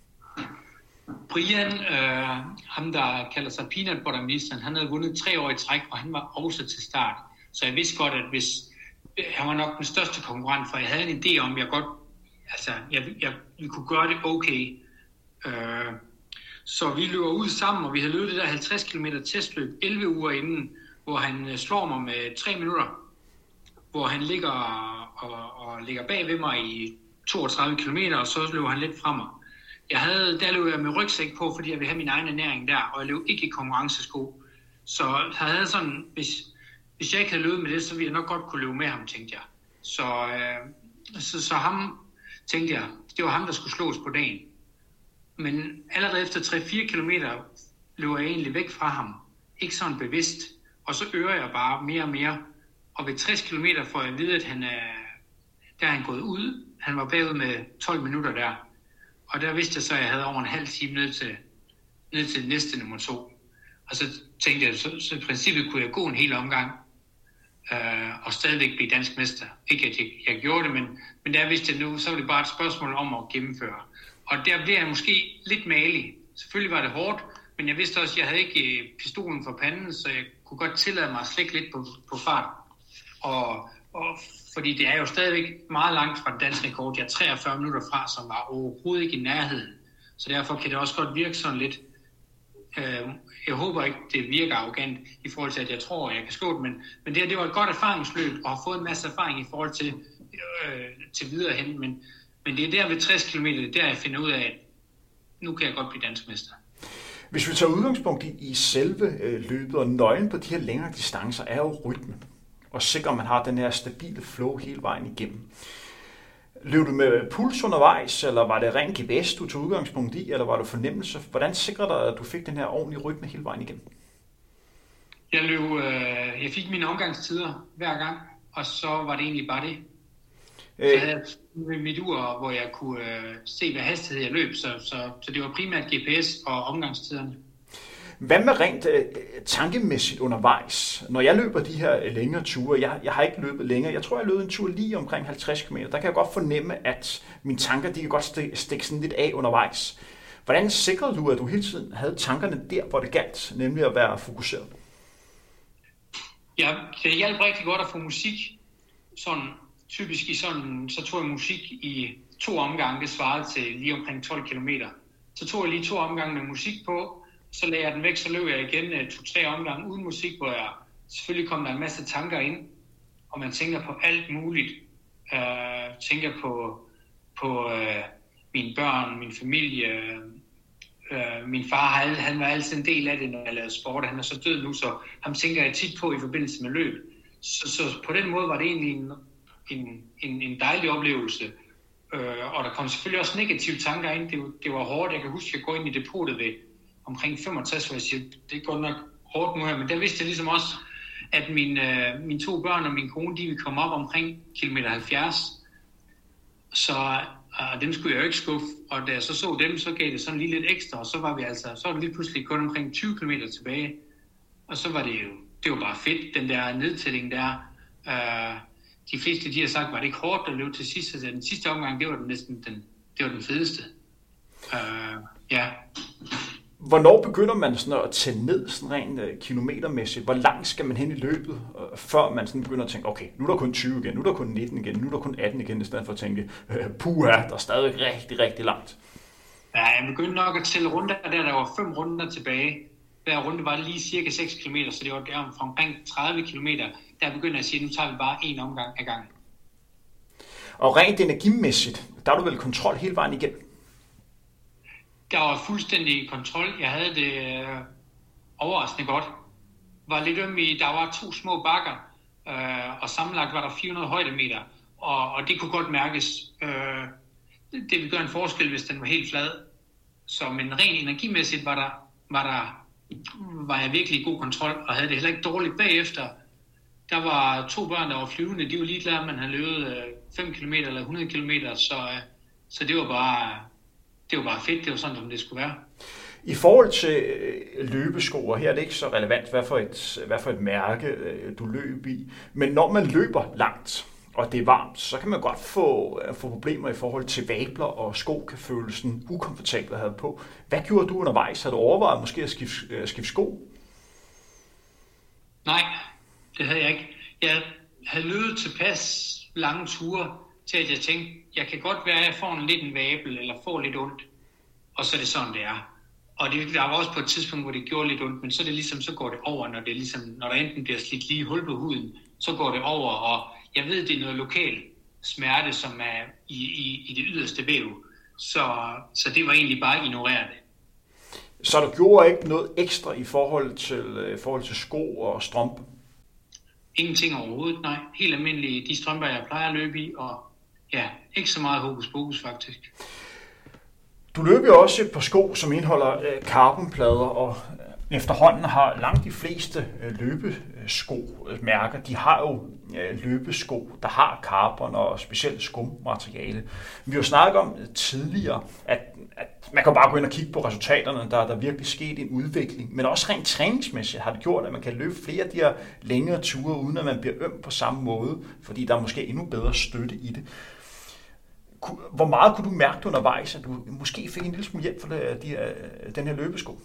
Brian, øh, ham der kalder sig Peanut Butter Ministeren, han havde vundet tre år i træk, og han var også til start. Så jeg vidste godt, at hvis han var nok den største konkurrent, for jeg havde en idé om, at jeg godt, altså, jeg, jeg, vi kunne gøre det okay. Øh, så vi løber ud sammen, og vi havde løbet det der halvtreds kilometer testløb elleve uger inden, hvor han slår mig med tre minutter, hvor han ligger og, og ligger bag ved mig i toogtredive kilometer, og så løber han lidt frem mig. Jeg havde, der løb jeg med rygsæk på, fordi jeg ville have min egen ernæring der, og jeg løb ikke i konkurrencesko. Så jeg havde sådan, hvis, hvis jeg ikke havde løbet med det, så ville jeg nok godt kunne løbe med ham, tænkte jeg. Så, øh, så, så ham, tænkte jeg, det var ham, der skulle slås på dagen. Men allerede efter tre til fire kilometer løber jeg egentlig væk fra ham. Ikke sådan bevidst. Og så øger jeg bare mere og mere. Og ved tres kilometer får jeg at vide, at han er, der er han gået ud. Han var bagud med tolv minutter der. Og der vidste jeg så, at jeg havde over en halv time ned til, ned til næste nummer to. Og så tænkte jeg, så, så i princippet kunne jeg gå en hel omgang. Øh, og stadigvæk blive dansk mester. Ikke at jeg, jeg gjorde det, men, men der vidste jeg nu, så var det bare et spørgsmål om at gennemføre. Og der blev jeg måske lidt malig. Selvfølgelig var det hårdt, men jeg vidste også, at jeg havde ikke pistolen for panden, så jeg kunne godt tillade mig at slække lidt på, på fart. Og, og, fordi det er jo stadigvæk meget langt fra den danske rekord. Jeg er treogfyrre minutter fra, som var overhovedet ikke i nærheden. Så derfor kan det også godt virke sådan lidt. Øh, jeg håber ikke, det virker arrogant i forhold til, at jeg tror, at jeg kan slå det. Men, men det, det var et godt erfaringsløb, og har fået en masse erfaring i forhold til, øh, til videre hen. Men, men det er der ved tres kilometer, det er der, jeg finder ud af, at nu kan jeg godt blive dansk mester. Hvis vi tager udgangspunkt i, i selve øh, løbet, og nøglen på de her længere distancer, er jo rytmen. Og sikre, at man har den her stabile flow hele vejen igennem. Løb du med puls undervejs, eller var det ren G P S, du tog udgangspunkt i, eller var det fornemmelse? Hvordan sikrer dig, at du fik den her ordentlige rytme hele vejen igennem? Jeg løb, øh, jeg fik mine omgangstider hver gang, og så var det egentlig bare det. Så havde jeg mit ur, hvor jeg kunne øh, se, hvad hastighed jeg løb, så, så, så det var primært G P S og omgangstiderne. Hvad med rent øh, tankemæssigt undervejs? Når jeg løber de her længere ture, jeg, jeg har ikke løbet længere, jeg tror, jeg løb en tur lige omkring halvtreds kilometer, der kan jeg godt fornemme, at mine tanker, de kan godt stikke, stikke sådan lidt af undervejs. Hvordan sikrede du, at du hele tiden havde tankerne der, hvor det galt, nemlig at være fokuseret? Ja, det hjalp rigtig godt at få musik. Sådan, typisk i sådan, så tog jeg musik i to omgange, det svarede til lige omkring tolv kilometer. Så tog jeg lige to omgange med musik på, så lagde jeg den væk, så løb jeg igen to-tre omgange uden musik, hvor jeg selvfølgelig kom der en masse tanker ind, og man tænker på alt muligt. Uh, tænker på, på uh, mine børn, min familie. Uh, min far, han, han var altid en del af det, når jeg lavede sport. Han er så død nu, så ham tænker jeg tit på i forbindelse med løb. Så, så på den måde var det egentlig en, en, en, en dejlig oplevelse. Uh, og der kom selvfølgelig også negative tanker ind. Det, det var hårdt. Jeg kan huske, at jeg går ind i depotet ved omkring femogtres, hvor jeg siger, det er godt nok hårdt nu her, men der vidste jeg ligesom også, at mine, mine to børn og min kone, de ville komme op omkring kilometer halvfjerds, så og dem skulle jeg jo ikke skuffe, og da jeg så så dem, så gav det sådan lige lidt ekstra, og så var vi altså, så var det lige pludselig kun omkring tyve kilometer tilbage, og så var det jo, det var bare fedt, den der nedtælling der. Uh, de fleste, de har sagt, var det ikke hårdt at løbe til sidst, så den sidste omgang, det var den næsten den, det var den fedeste. Uh, ja. Hvornår begynder man sådan at tælle ned sådan rent uh, kilometermæssigt? Hvor langt skal man hen i løbet, uh, før man sådan begynder at tænke, okay, nu er der kun tyve igen, nu er der kun nitten igen, nu er der kun atten igen, i stedet for at tænke, uh, puha, der er stadig rigtig, rigtig langt. Ja, jeg begyndte nok at tælle runder, der der var fem runder tilbage. Hver runde var det lige cirka seks kilometer, så det var der fra omkring tredive kilometer. Der begyndte jeg at sige, nu tager vi bare en omgang ad gangen. Og rent energimæssigt, der er du vel kontrol hele vejen igennem? Der var fuldstændig kontrol. Jeg havde det øh, overraskende godt. Var lidt øm i, der var to små bakker, øh, og sammenlagt var der fire hundrede højdemeter, og, og det kunne godt mærkes. Øh, det, det ville gøre en forskel, hvis den var helt flad. Så men rent energimæssigt var der, var der var jeg virkelig i god kontrol, og havde det heller ikke dårligt bagefter. Der var to børn, der var flyvende. De var ligeglade, om man havde løbet øh, fem kilometer eller hundrede kilometer, så, øh, så det var bare... Det var bare fedt, det var sådan, som det skulle være. I forhold til løbesko, og her er det ikke så relevant, hvad for et, hvad for et mærke du løb i, men når man løber langt, og det er varmt, så kan man godt få, få problemer i forhold til vabler, og sko kan føles sådan ukomfortabelt at have på. Hvad gjorde du undervejs? Har du overvejet måske at skifte, skifte sko? Nej, det havde jeg ikke. Jeg havde løbet tilpas lange ture til, at jeg tænkte, jeg kan godt være, at jeg får en lidt en vabel, eller får lidt ondt, og så er det sådan, det er. Og det, der var også på et tidspunkt, hvor det gjorde lidt ondt, men så er det ligesom, så går det over, når det ligesom, når der enten bliver slidt lige hul på huden, så går det over, og jeg ved, det er noget lokal smerte, som er i, i, i det yderste væv. Så, så det var egentlig bare at ignorere det. Så du gjorde ikke noget ekstra i forhold til, i forhold til sko og strømpe? Ingenting overhovedet, nej. Helt almindelige, de strømper, jeg plejer at løbe i, og ja, ikke så meget hokus pokus faktisk. Du løber jo også et par sko, som indeholder øh, carbonplader, og øh, efterhånden har langt de fleste øh, løbesko-mærker, de har jo øh, løbesko, der har carbon og specielt skummateriale. Vi har jo snakket om tidligere, at, at man kan bare gå ind og kigge på resultaterne, der, der virkelig sket en udvikling, men også rent træningsmæssigt har det gjort, at man kan løbe flere af de her længere ture, uden at man bliver øm på samme måde, fordi der er måske endnu bedre støtte i det. Hvor meget kunne du mærke undervejs, at du måske fik en lille smule hjælp for de her, den her løbesko?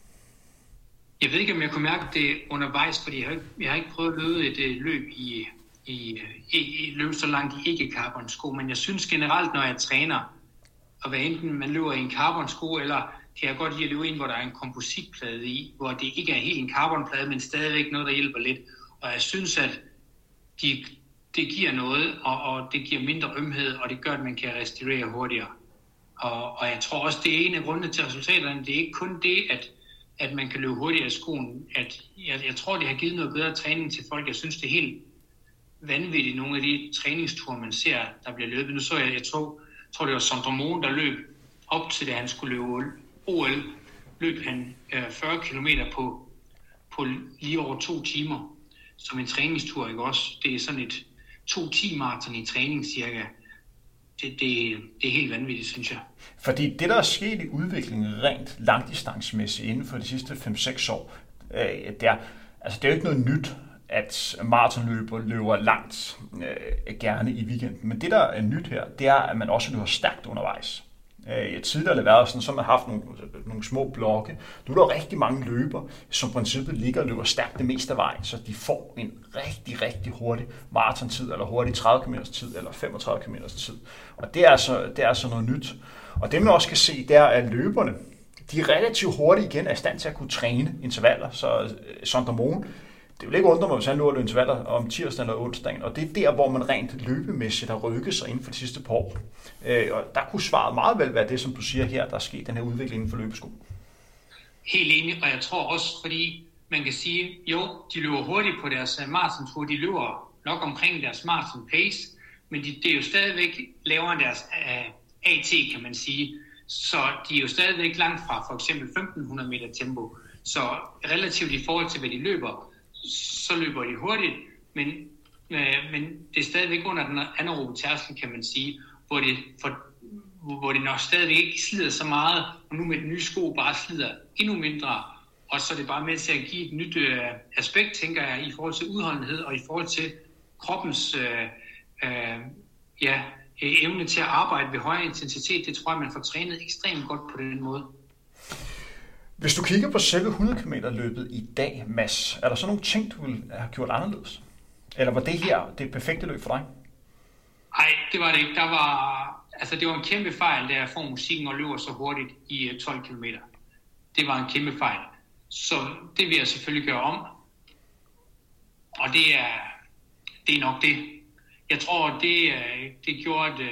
Jeg ved ikke, om jeg kunne mærke det undervejs, fordi jeg har ikke, jeg har ikke prøvet at løbe et uh, løb i, i, i, i løb så langt i ikke-carbon-sko, men jeg synes generelt, når jeg træner, og hvad enten man løber i en carbon-sko, eller kan jeg godt lide at løbe ind, hvor der er en kompositplade i, hvor det ikke er helt en carbonplade, men stadigvæk noget, der hjælper lidt. Og jeg synes, at de det giver noget, og, og det giver mindre ømhed, og det gør, at man kan restaurere hurtigere. Og, og jeg tror også, det er en af grundene til resultaterne. Det er ikke kun det, at, at man kan løbe hurtigere i skoen. At jeg, jeg tror, det har givet noget bedre træning til folk. Jeg synes, det er helt vanvittigt, nogle af de træningsture, man ser, der bliver løbet. Nu så jeg, jeg tror, tror det var Sondre Mohn, der løb op til det, han skulle løbe O L. Løb han øh, fyrre kilometer på, på lige over to timer, som en træningstur, ikke også? Det er sådan et to ti maraton i træning cirka. Det, det, det er helt vanvittigt, synes jeg. Fordi det, der er sket i udviklingen rent langdistancemæssigt inden for de sidste fem seks år, øh, det, er, altså det er jo ikke noget nyt, at maratonløber løber langt øh, gerne i weekenden. Men det, der er nyt her, det er, at man også løber stærkt undervejs. Øh, tidligere har det været sådan, så man har haft nogle, nogle små blokke. Nu er der rigtig mange løber, som i princippet ligger og løber stærkt det meste af vejen, så de får en rigtig, rigtig hurtig maratontid, eller hurtig tredive kilometer tid, eller femogtredive kilometer tid. Og det er, altså, det er altså noget nyt. Og det man også kan se, det er, at løberne, de er relativt hurtigt igen er i stand til at kunne træne intervaller. Så Sondre Mohn, det vil ikke undre mig, hvis han nu har løbet intervaller om tirsdagen og onsdagen, og det er der, hvor man rent løbemæssigt har rykket sig inden for de sidste par år. Øh, og der kunne svaret meget vel være det, som du siger her, der er sket den her udvikling inden for løbesko. Helt enig, og jeg tror også, fordi man kan sige, jo, de løber hurtigt på deres maratontur, de løber nok omkring deres maraton pace, men de, det er jo stadigvæk lavere end deres uh, A T, kan man sige. Så de er jo stadigvæk langt fra for eksempel femten hundrede meter tempo. Så relativt i forhold til, hvad de løber, så løber de hurtigt, men, øh, men det er stadigvæk under den anaerobe tærskel, kan man sige, hvor det, for, hvor det nok stadigvæk ikke slider så meget, og nu med den nye sko bare slider endnu mindre, og så er det bare med til at give et nyt øh, aspekt, tænker jeg, i forhold til udholdenhed, og i forhold til kroppens øh, øh, ja, evne til at arbejde ved højere intensitet. Det tror jeg, man får trænet ekstremt godt på den måde. Hvis du kigger på selve hundrede kilometer løbet i dag, Mads, er der så nogle ting, du ville have gjort anderledes? Eller var det her det perfekte løb for dig? Nej, det var det ikke. Der var, altså det var en kæmpe fejl, da jeg får musikken og løber så hurtigt i tolv kilometer. Det var en kæmpe fejl. Så det vil jeg selvfølgelig gøre om. Og det er, det er nok det. Jeg tror, det, det gjorde, at,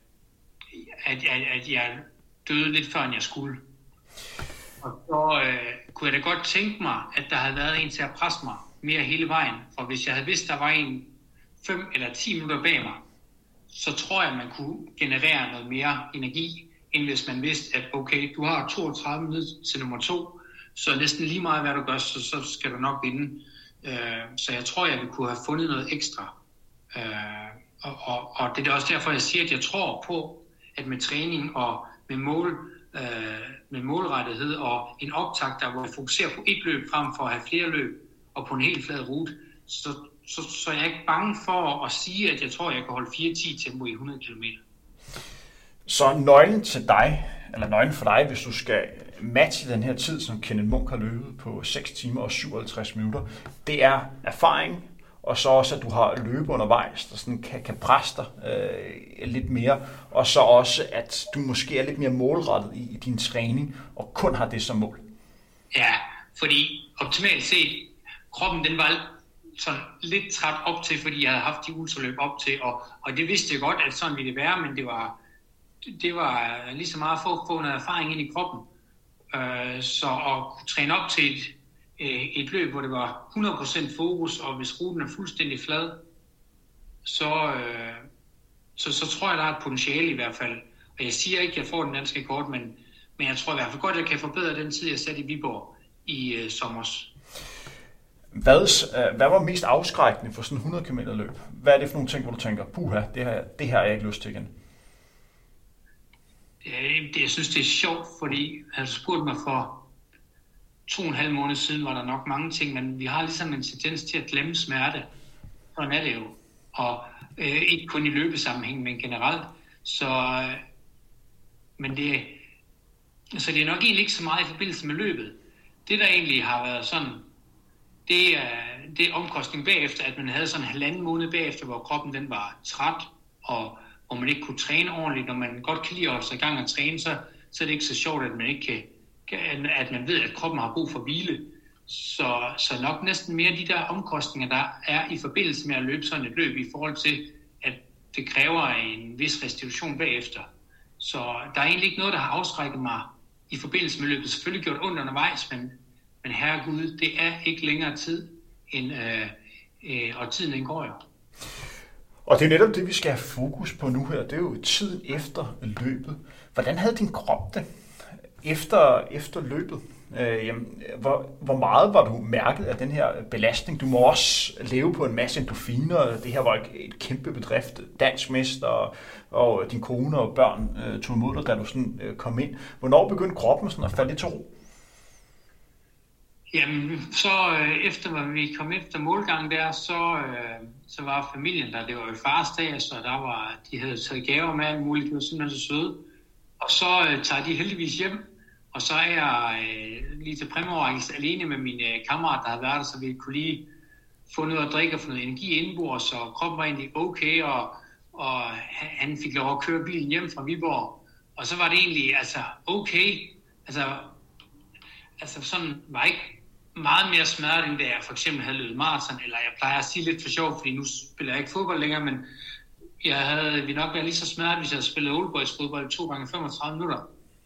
at, at jeg døde lidt før, end jeg skulle. Og så øh, kunne jeg da godt tænke mig, at der havde været en til at presse mig mere hele vejen. For hvis jeg havde vidst, der var en fem eller ti minutter bag mig, så tror jeg, man kunne generere noget mere energi, end hvis man vidste, at okay, du har toogtredive minutter til nummer to, så næsten lige meget, hvad du gør, så, så skal du nok vinde. Øh, så jeg tror, jeg ville kunne have fundet noget ekstra. Øh, og, og, og det er også derfor, jeg siger, at jeg tror på, at med træning og med mål, øh, med målrettighed og en optakt, der hvor jeg fokuserer på et løb frem for at have flere løb og på en helt flad rute, så, så, så jeg er ikke bange for at sige, at jeg tror, at jeg kan holde fire ti tempo i hundrede kilometer. Så nøglen til dig, eller nøglen for dig, hvis du skal matche den her tid, som Kenneth Munk har løbet på seks timer og syvoghalvtreds minutter, det er erfaring, og så også, at du har løbet undervejs, der sådan kan, kan presse dig øh, lidt mere, og så også, at du måske er lidt mere målrettet i, i din træning, og kun har det som mål. Ja, fordi optimalt set, kroppen den var sådan lidt træt op til, fordi jeg havde haft de ultraløb op til, og, og det vidste jeg godt, at sådan ville det være, men det var, det var lige så meget at få, få noget erfaring ind i kroppen. Øh, så at kunne træne op til et, et løb, hvor det var hundrede procent fokus, og hvis ruten er fuldstændig flad, så, øh, så, så tror jeg, der er et potentiale i hvert fald. Og jeg siger ikke, at jeg får den danske rekord, men, men jeg tror i hvert fald godt, at jeg kan forbedre den tid, jeg satte i Viborg i øh, sommers. Hvad, hvad var mest afskrækkende for sådan en hundrede kilometer løb? Hvad er det for nogle ting, hvor du tænker, puha, det her, det her har jeg ikke lyst til igen? Det, jeg synes, det er sjovt, fordi han spurgte mig for to og en halv måned siden, var der nok mange ting, men vi har ligesom en tendens til at glemme smerte. Sådan er det jo. Og øh, ikke kun i løbesammenhæng, men generelt. Så, øh, men det, så det er nok egentlig ikke så meget i forbindelse med løbet. Det, der egentlig har været sådan, det er, det er omkostning bagefter, at man havde sådan en halvanden måned bagefter, hvor kroppen den var træt, og hvor man ikke kunne træne ordentligt. Når man godt kan lide at holde sig i gang og træne, så, så er det ikke så sjovt, at man ikke kan, kan, at man ved, at kroppen har brug for hvile. Så, så nok næsten mere de der omkostninger, der er i forbindelse med at løbe sådan et løb, i forhold til, at det kræver en vis restitution bagefter. Så der er egentlig ikke noget, der har afskrækket mig i forbindelse med løbet. Selvfølgelig gjort ondt undervejs, men, men herregud, det er ikke længere tid, end, øh, øh, og tiden den går jo. Og det er netop det, vi skal have fokus på nu her. Det er jo tiden efter løbet. Hvordan havde din krop det efter, efter løbet? Øh, jamen, hvor, hvor meget var du mærket af den her belastning? Du må også leve på en masse endorfiner. Det her var et, et kæmpe bedrift. Dansk mester og, og din kone og børn øh, tog imod dig, da du sådan, øh, kom ind. Hvornår begyndte kroppen sådan at falde i to ro? Jamen, så øh, efter vi kom efter målgang der, så, øh, så var familien der. Det var jo fars dag, så der var, de havde taget gaver med alt muligt. Det var simpelthen så søde. Og så øh, tager de heldigvis hjem. Og så er jeg øh, lige til præmieoverrækkelse alene med mine øh, kammerater, der havde været der, så vi kunne lige få noget at drikke og få noget energi indenbords, så kroppen var egentlig okay, og, og han fik lov at køre bilen hjem fra Viborg. Og så var det egentlig altså okay. Altså, altså sådan var ikke meget mere smerte, end da jeg for eksempel havde løbet maraton, eller jeg plejer at sige lidt for sjov, fordi nu spiller jeg ikke fodbold længere, men jeg havde vi nok været lige så smerte, hvis jeg havde spillet oldboys fodbold to gange femogtredive minutter.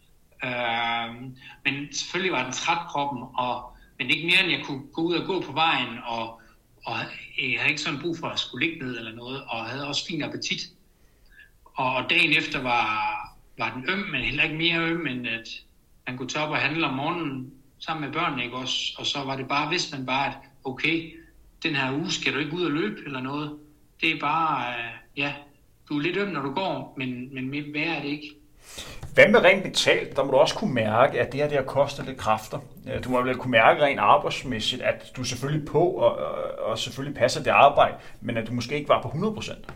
Øh, men selvfølgelig var den træt kroppen, og, men ikke mere end jeg kunne gå ud og gå på vejen, og, og jeg havde ikke sådan brug for at skulle ligge ned eller noget, og havde også fin appetit. Og, og dagen efter var, var den øm, men heller ikke mere øm, end at man kunne tage op og handle om morgenen sammen med børnene, ikke også? Og så var det bare, hvis man bare, at okay, den her uge skal du ikke ud og løbe eller noget. Det er bare, øh, ja, du er lidt øm, når du går, men, men mere værre er det ikke. Hvad med rent mentalt? Der må du også kunne mærke, at det her det har kostet lidt kræfter. Du må vel kunne mærke rent arbejdsmæssigt, at du er selvfølgelig på og, og, og selvfølgelig passer det arbejde, men at du måske ikke var på hundrede procent.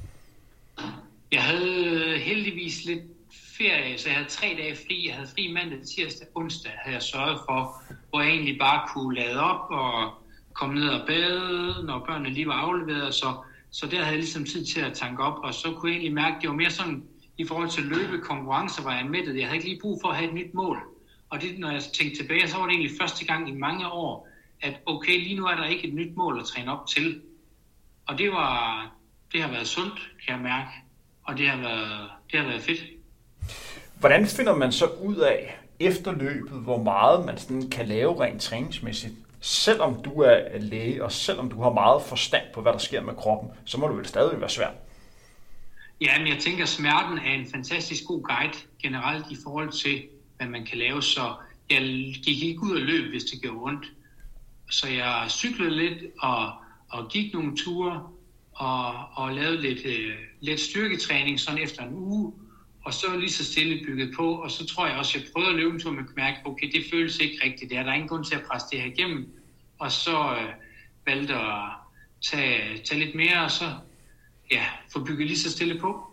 Jeg havde heldigvis lidt ferie, så jeg havde tre dage fri. Jeg havde fri mandag, tirsdag, onsdag, havde jeg sørget for, hvor jeg egentlig bare kunne lade op og komme ned og bade, når børnene lige var afleveret. Så, så der havde jeg ligesom tid til at tanke op, og så kunne jeg egentlig mærke, at det var mere sådan, i forhold til løbekonkurrencer var jeg mættet. Jeg havde ikke lige brug for at have et nyt mål. Og det, når jeg tænkte tilbage, så var det egentlig første gang i mange år, at okay, lige nu er der ikke et nyt mål at træne op til. Og det var, det har været sundt, kan jeg mærke. Og det har været, det har været fedt. Hvordan finder man så ud af efter løbet, hvor meget man sådan kan lave rent træningsmæssigt? Selvom du er læge, og selvom du har meget forstand på, hvad der sker med kroppen, så må det vel stadig være svært. Ja, men jeg tænker, at smerten er en fantastisk god guide generelt i forhold til, hvad man kan lave. Så jeg gik ikke ud og løb, hvis det gjorde ondt. Så jeg cyklede lidt og, og gik nogle ture og, og lavede lidt, øh, lidt styrketræning sådan efter en uge. og så lige så stille bygget på, og så tror jeg også, at jeg prøvede at løbe en tur, men kunne mærke, okay, det føles ikke rigtigt, der er der ingen grund til at presse det her igennem, og så øh, valgte at tage, tage lidt mere, og så ja, få bygget lige så stille på.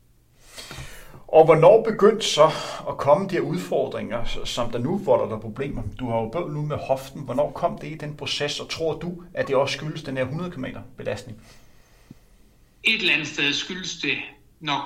Og hvornår begyndte så at komme de her udfordringer, som der nu volder der problemer? Du har jo bøvl nu med hoften. Hvornår kom det i den proces, og tror du, at det også skyldes den her hundrede kilometer belastning? Et eller andet sted skyldes det nok.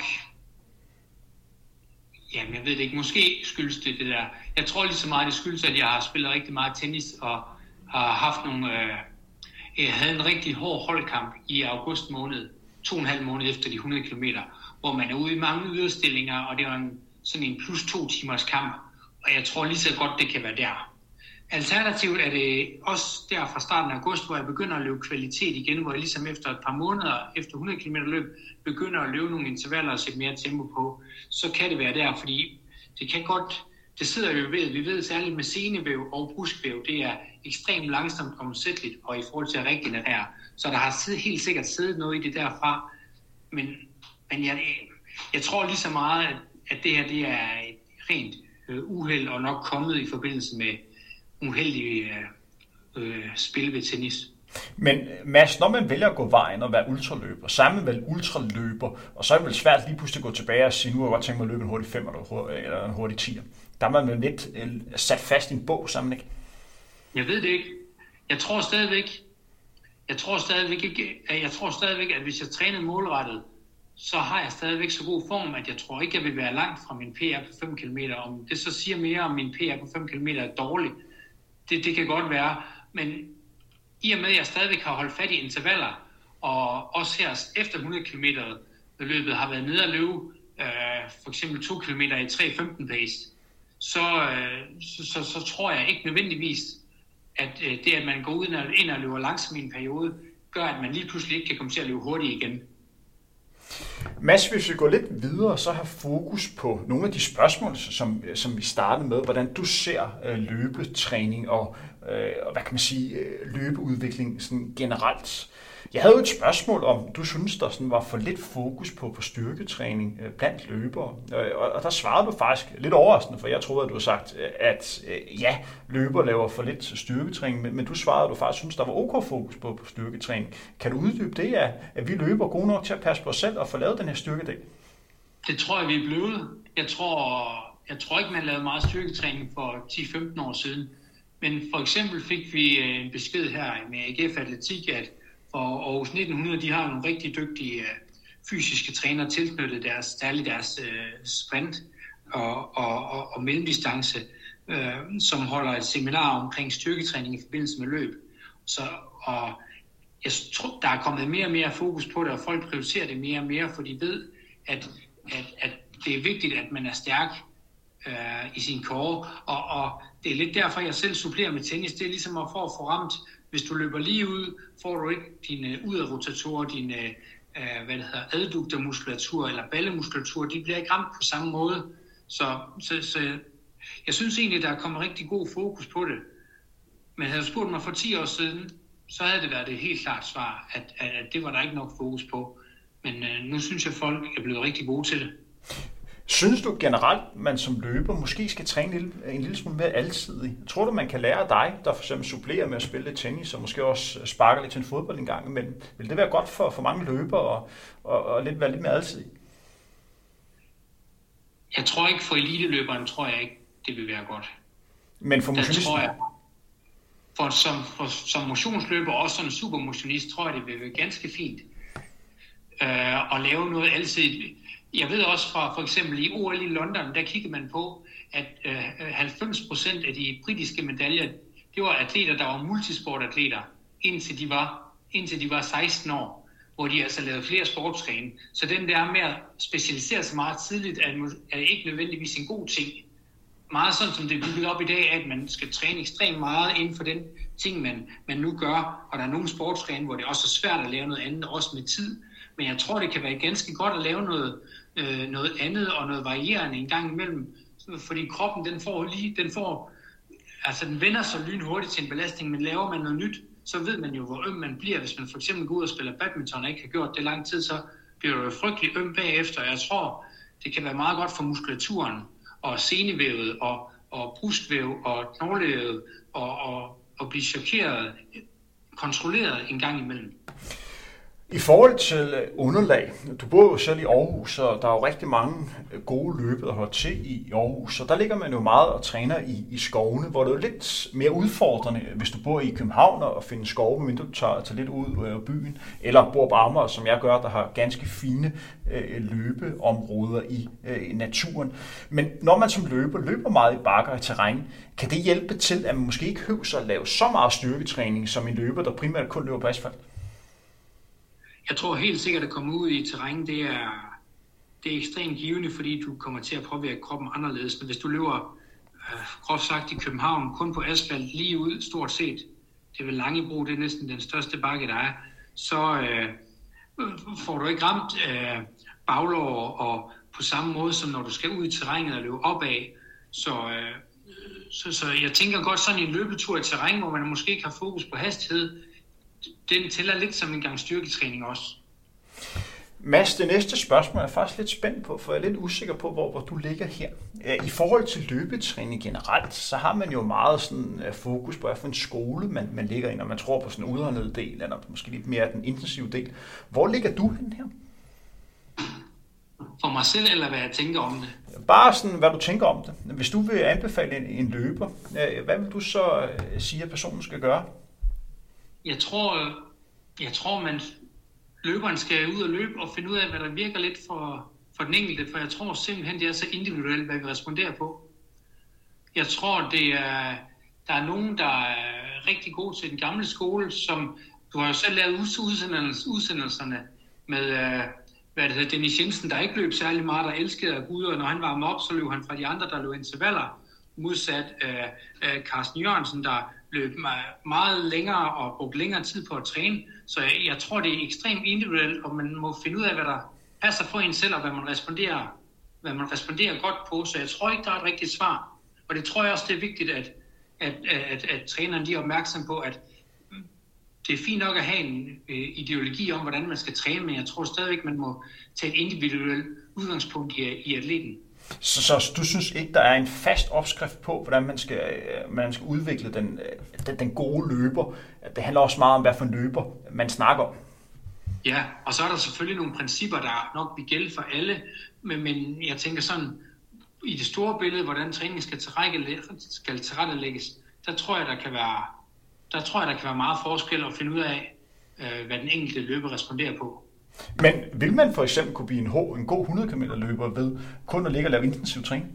Jamen, jeg ved det ikke. Måske skyldes det det der. Jeg tror lige så meget, det skyldes, at jeg har spillet rigtig meget tennis, og har haft nogle... Øh, jeg havde en rigtig hård holdkamp i august måned, to og en halv måned efter de hundrede kilometer, hvor man er ude i mange yderstillinger, og det var en, sådan en plus to timers kamp, og jeg tror lige så godt, det kan være der. Alternativt er det også der fra starten af august, hvor jeg begynder at løbe kvalitet igen, hvor jeg ligesom efter et par måneder, efter hundrede kilometer løb, begynder at løbe nogle intervaller og sætte mere tempo på. Så kan det være der, fordi det kan godt, det sidder jo ved, vi ved særligt med senevæv og bruskvæv, det er ekstremt langsomt omsætteligt, og i forhold til at regenerere. Så der har siddet, helt sikkert siddet noget i det derfra, men, men jeg, jeg tror lige så meget, at, at det her det er et rent øh, uheld, og nok kommet i forbindelse med uheldige øh, spil ved tennis. Men Mads, når man vælger at gå vejen og være ultraløber, så er man vel ultraløber, og så er det vel svært lige pludselig at gå tilbage og sige, nu har jeg godt tænkt mig at løbe en hurtig fem eller en hurtig ti. Der er man vel lidt sat fast i en bog sammen, ikke? Jeg ved det ikke. Jeg tror stadigvæk, jeg tror stadigvæk ikke, jeg tror stadigvæk, at hvis jeg træner målrettet, så har jeg stadigvæk så god form, at jeg tror ikke, jeg vil være langt fra min P R på fem kilometer. Om det så siger mere om min P R på fem kilometer er dårlig, det, det kan godt være. Men i og med, at jeg stadigvæk har holdt fat i intervaller, og også her efter hundrede kilometer løbet har været nede at løbe øh, for eksempel to kilometer i tre femten pace, så, øh, så, så, så tror jeg ikke nødvendigvis, at øh, det, at man går ud ind og løber langsomt i en periode, gør, at man lige pludselig ikke kan komme til at løbe hurtigt igen. Mads, hvis vi går lidt videre, så har fokus på nogle af de spørgsmål, som, som vi startede med, hvordan du ser øh, løbetræning og, øh, og hvad kan man sige, øh, løbeudvikling sådan generelt. Jeg havde jo et spørgsmål om, du synes, der sådan var for lidt fokus på, på styrketræning øh, blandt løbere, øh, og, og der svarede du faktisk lidt overraskende, for jeg troede, at du havde sagt, at øh, ja, løbere laver for lidt styrketræning, men, men du svarede, at du faktisk synes, der var ok fokus på, på styrketræning. Kan du uddybe det, at, at vi løber gode nok til at passe på os selv og få lavet den her styrkedel? Det tror jeg, vi er blevet. Jeg tror, jeg tror ikke, man lavede meget styrketræning for ti femten år siden, men for eksempel fik vi en besked her med A G F Atletik, at og Aarhus nitten hundrede, de har nogle rigtig dygtige uh, fysiske trænere tilknyttet deres, særligt deres uh, sprint og, og, og, og mellemdistance, uh, som holder et seminar omkring styrketræning i forbindelse med løb. Så, og jeg tror, der er kommet mere og mere fokus på det, og folk prioriterer det mere og mere, for de ved, at, at, at det er vigtigt, at man er stærk uh, i sin core. Og, og det er lidt derfor, jeg selv supplerer med tennis. Det er ligesom at få at få ramt. Hvis du løber lige ud, får du ikke dine udadrotatorer, dine øh, hvad det hedder, adduktormuskulatur eller ballemuskulatur, de bliver ikke ramt på samme måde. Så, så, så jeg synes egentlig, der er kommet rigtig god fokus på det. Men havde du spurgt mig for ti år siden, så havde det været et helt klart svar, at, at, at det var der ikke nok fokus på. Men øh, nu synes jeg, at folk er blevet rigtig gode til det. Synes du generelt, man som løber måske skal træne en lille, en lille smule mere alsidig? Tror du, man kan lære dig, der for eksempel supplerer med at spille lidt tennis, og måske også sparker lidt til en fodbold en gang imellem? Vil det være godt for, for mange løbere og, og, og lidt, være lidt mere alsidig? Jeg tror ikke, for eliteløberen tror jeg ikke, det vil være godt. Men for motionisten? tror jeg, for som, for, som motionsløber og også som supermotionist, tror jeg, det vil være ganske fint øh, at lave noget alsidigt. Jeg ved også fra for eksempel i O L i London, der kiggede man på, at øh, halvfems procent af de britiske medaljer, det var atleter, der var multisportatleter, indtil de var, indtil de var seksten år, hvor de altså lavede flere sportsgrene. Så den der med at specialisere sig meget tidligt, er, er ikke nødvendigvis en god ting. Meget sådan som det er bygget op i dag, at man skal træne ekstremt meget inden for den ting, man, man nu gør. Og der er nogle sportsgrene, hvor det også er svært at lave noget andet, også med tid. Men jeg tror, det kan være ganske godt at lave noget, øh, noget andet og noget varierende en gang imellem. Fordi kroppen, den får lige, den får, altså den vender sig lynhurtigt til en belastning, men laver man noget nyt, så ved man jo, hvor øm man bliver. Hvis man for eksempel går ud og spiller badminton og ikke har gjort det lang tid, så bliver du frygtelig øm bagefter. Jeg tror, Det kan være meget godt for muskulaturen og senevævet og, og brustvæv og knoglevævet og, og, og blive chokeret, kontrolleret en gang imellem. I forhold til underlag, du bor jo selv i Aarhus, og der er jo rigtig mange gode løbere, der holder til i Aarhus, og der ligger man jo meget og træner i, i skovene, hvor det er jo lidt mere udfordrende, hvis du bor i København og finder skove, men du tager, tager lidt ud af byen, eller bor på Amager, som jeg gør, der har ganske fine øh, løbeområder i øh, naturen. Men når man som løber løber meget i bakker i terræn, kan det hjælpe til, at man måske ikke høvser at lave så meget styrketræning, som en løber, der primært kun løber på asfalt? Jeg tror helt sikkert, at komme ud i terræn, det er, det er ekstremt givende, fordi du kommer til at påvirke kroppen anderledes. Men hvis du løber, øh, groft sagt, i København, kun på asfalt, lige ud stort set, det er vel Langebro, det er næsten den største bakke, der er, så øh, får du ikke ramt øh, baglår og på samme måde, som når du skal ud i terrænet og løbe opad. Så, øh, så, så jeg tænker godt sådan en løbetur i terræn, hvor man måske ikke har fokus på hastighed, den tæller lidt som en gang styrketræning også. Mads, det næste spørgsmål er jeg faktisk lidt spændt på, for jeg er lidt usikker på, hvor, hvor du ligger her. I forhold til løbetræning generelt, så har man jo meget sådan fokus på, hvilken skole man, man ligger i, når man tror på sådan en udholdet del, eller måske lidt mere den intensive del. Hvor ligger du hen her? For mig selv, eller hvad jeg tænker om det? Bare sådan, hvad du tænker om det. Hvis du vil anbefale en, en løber, hvad vil du så sige, at personen skal gøre? Jeg tror, jeg tror, man løberen skal ud og løbe og finde ud af, hvad der virker lidt for, for den enkelte, for jeg tror simpelthen, det er så individuelt, hvad vi responderer på. Jeg tror, det er, der er nogen, der er rigtig gode til den gamle skole, som du har jo selv lavet udsendelserne med, hvad det hedder, Dennis Jensen, der ikke løb særlig meget, der elskede at gå ud, og når han varmede op, så løb han fra de andre, der løb intervaller, modsat af uh, uh, Carsten Jørgensen, der løb meget længere og brugte længere tid på at træne. Så jeg, jeg tror, det er ekstremt individuelt, og man må finde ud af, hvad der passer for en selv, og hvad man responderer, hvad man responderer godt på. Så jeg tror ikke, der er et rigtigt svar. Og det tror jeg også, det er vigtigt, at, at, at, at, at træneren lige er opmærksom på, at det er fint nok at have en øh, ideologi om, hvordan man skal træne, men jeg tror stadigvæk, man må tage et individuelt udgangspunkt i, i atleten. Så, så du synes ikke, der er en fast opskrift på, hvordan man skal, man skal udvikle den, den, den gode løber? Det handler også meget om, hvad for en løber man snakker om. Ja, og så er der selvfølgelig nogle principper, der nok vil gælde for alle, men, men jeg tænker sådan, i det store billede, hvordan træningen skal, skal tilrettelægges, der tror jeg, der kan være, der tror jeg, der kan være meget forskel at finde ud af, hvad den enkelte løber responderer på. Men vil man for eksempel kunne blive en, H, en god hundrede kilometer løber ved kun at ligge og lave intensiv træning?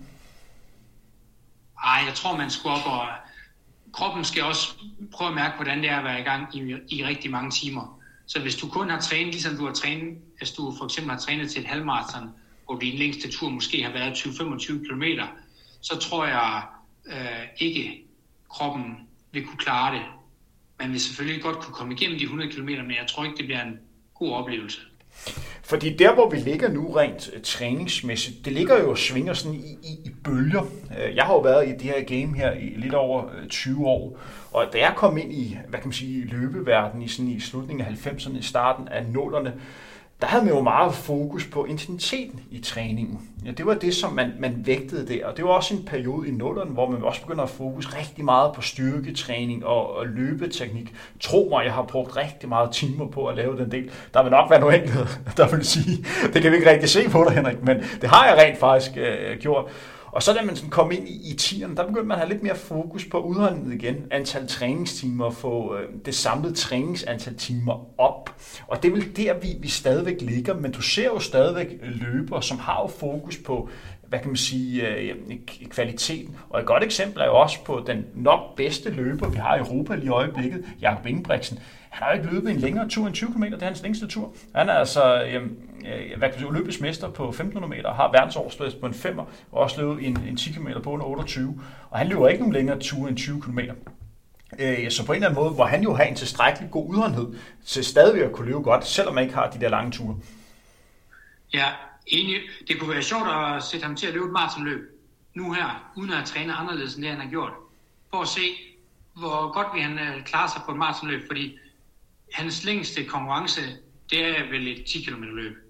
Ej, jeg tror, man skal op, og kroppen skal også prøve at mærke, hvordan det er at være i gang i, i rigtig mange timer. Så hvis du kun har trænet, ligesom du har trænet, hvis du for eksempel har trænet til et halvmaraton, hvor din længste tur måske har været tyve til femogtyve kilometer, så tror jeg øh, ikke, kroppen vil kunne klare det. Man vil selvfølgelig godt kunne komme igennem de hundrede kilometer, men jeg tror ikke, det bliver en god oplevelse. Fordi der, hvor vi ligger nu rent træningsmæssigt, det ligger jo og svinger sådan i, i, i bølger. Jeg har jo været i det her game her i lidt over tyve år, og da jeg kom ind i, hvad kan man sige, løbeverdenen i, sådan i slutningen af halvfemserne, i starten af nullerne, der havde man jo meget fokus på intensiteten i træningen. Ja, det var det, som man, man vægtede der, og det var også en periode i nullerne, hvor man også begynder at fokus rigtig meget på styrketræning og, og løbeteknik. Tro mig, jeg har brugt rigtig meget timer på at lave den del. Der vil nok være nogle enkelte, der vil sige, det kan vi ikke rigtig se på dig, Henrik, men det har jeg rent faktisk øh, gjort. Og så da man sådan kom ind i, i tierne, der begyndte man at have lidt mere fokus på udholdenhed igen. Antal træningstimer, få øh, det samlede træningsantal timer op. Og det er vel der, vi, vi stadigvæk ligger. Men du ser jo stadigvæk løbere, som har jo fokus på, hvad kan man sige, øh, kvaliteten. Og et godt eksempel er jo også på den nok bedste løber, vi har i Europa lige i øjeblikket, Jakob Ingebrigtsen. Han har jo ikke løbet en længere tur end tyve kilometer, det er hans længste tur. Han er altså øh, hvad kan man sige, løbets mester på femten hundrede meter, har verdensårsbedst på en femmer, og også løbet en, en ti kilometer på under otteogtyve. Og han løber ikke nogen længere tur end tyve kilometer. Øh, så på en eller anden måde, hvor han jo har en tilstrækkelig god udholdenhed til stadigvæk at kunne løbe godt, selvom man ikke har de der lange ture. Ja, enig. Det kunne være sjovt at sætte ham til at løbe et maratonløb nu her, uden at træne anderledes end det, han har gjort. For at se, hvor godt vil han klare sig på et maratonløb, fordi hans længste konkurrence, det er vel et ti kilometer løb.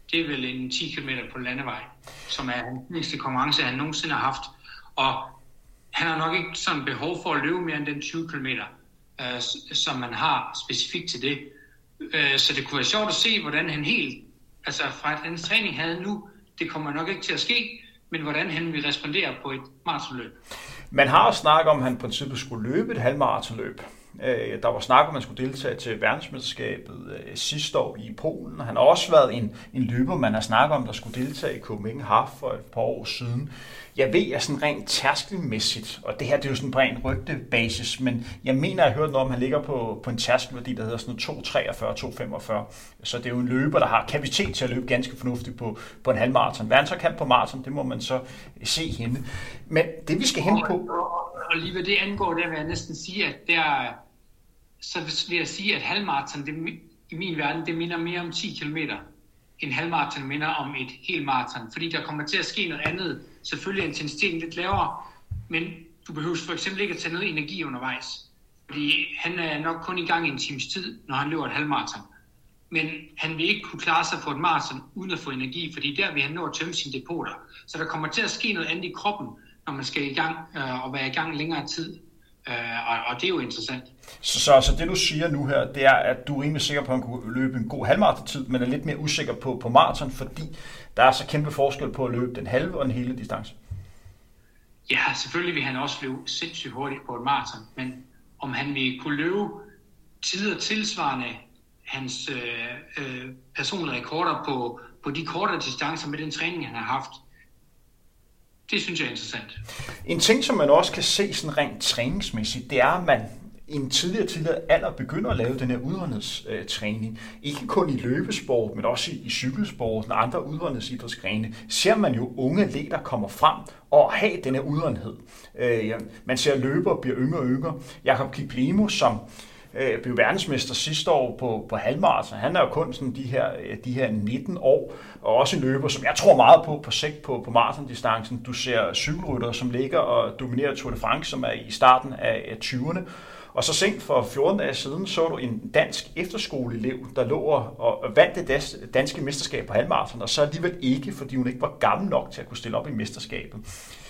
det er vel en ti kilometer på landevej, som er den næste konkurrence, han nogensinde har haft. Og han har nok ikke sådan behov for at løbe mere end den tyve kilometer, øh, som man har specifikt til det. Øh, så det kunne være sjovt at se, hvordan han helt, altså fra hans træning havde nu, det kommer nok ikke til at ske, men hvordan han vil respondere på et maratonløb. Man har også snakket om, at han i princippet skulle løbe et halvmaratonløb. Der var snak om, at man skulle deltage til verdensmesterskabet sidste år i Polen. Han har også været en, en løber, man har snakket om, der skulle deltage i Copenhagen Half for et par år siden. Jeg ved, at sådan rent tærskelmæssigt, og det her det er jo sådan på en rygtebasis, men jeg mener, at jeg har hørt noget om, at han ligger på, på en tærskelværdi, der hedder sådan to komma treogfyrre til to komma femogfyrre. Så det er jo en løber, der har kapacitet til at løbe ganske fornuftigt på, på en halvmaraton. Hvad han så kan på maraton, det må man så se henne. Men det vi skal hen på... Og, og lige hvad det angår, der vil jeg næsten sige, at der så vil jeg sige, at halvmaraton, det, i min verden, det minder mere om ti kilometer. En halvmaraton minder om et helt maraton, fordi der kommer til at ske noget andet. Selvfølgelig er intensiteten lidt lavere, men du behøver for eksempel ikke at tage noget energi undervejs. Fordi han er nok kun i gang i en times tid, når han løber et halvmaraton. Men han vil ikke kunne klare sig på et maraton uden at få energi, fordi der vil han nå at tømme sine depoter. Så der kommer til at ske noget andet i kroppen, når man skal i gang øh, og være i gang længere tid. Uh, og, og det er jo interessant. Så, så, så det du siger nu her, det er, at du er rimelig sikker på, at han kunne løbe en god halvmaraton-tid, men er lidt mere usikker på, på maraton, fordi der er så kæmpe forskel på at løbe den halve og den hele distance. Ja, selvfølgelig vil han også løbe sindssygt hurtigt på et maraton, men om han vil kunne løbe tider tilsvarende hans øh, øh, personlige rekorder på, på de kortere distancer med den træning, han har haft, det synes jeg er interessant. En ting, som man også kan se sådan rent træningsmæssigt, det er, at man i en tidligere, tidligere alder begynder at lave den her udholdenhedstræning. Ikke kun i løbesport, men også i, i cykelsport og andre udholdenhedsidrætsgrene. Ser man jo unge atleter kommer frem og have den her udholdenhed. Øh, man ser løbere bliver yngre og yngre. Jakob Kiplimo, som øh, blev verdensmester sidste år på, på halvmaraton. Han er jo kun sådan de her, de her nitten år, og også en løber, som jeg tror meget på på sigt på, på maratondistancen. Du ser cykelryttere, som ligger og dominerer Tour de France, som er i starten af tyverne. Og så sent for fjorten dage siden så du en dansk efterskoleelev, der lå og vandt det danske mesterskab på halvmaraton, og så alligevel ikke, fordi hun ikke var gammel nok til at kunne stille op i mesterskabet.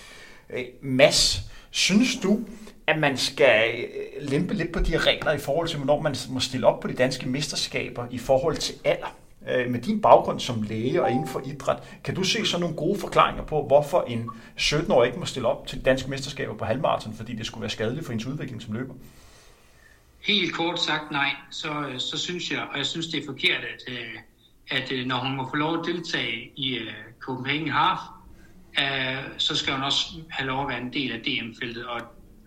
Mads, synes du, at man skal lempe lidt på de regler i forhold til, hvornår man må stille op på de danske mesterskaber i forhold til alder? Med din baggrund som læge og inden for idræt, kan du se så nogle gode forklaringer på, hvorfor en sytten-årig ikke må stille op til de danske mesterskaber på halvmaraton, fordi det skulle være skadeligt for ens udvikling som løber? Helt kort sagt nej, så, så synes jeg, og jeg synes det er forkert, at, at når hun må få lov at deltage i uh, Copenhagen Half, uh, så skal hun også have lov at være en del af D M-feltet. Og,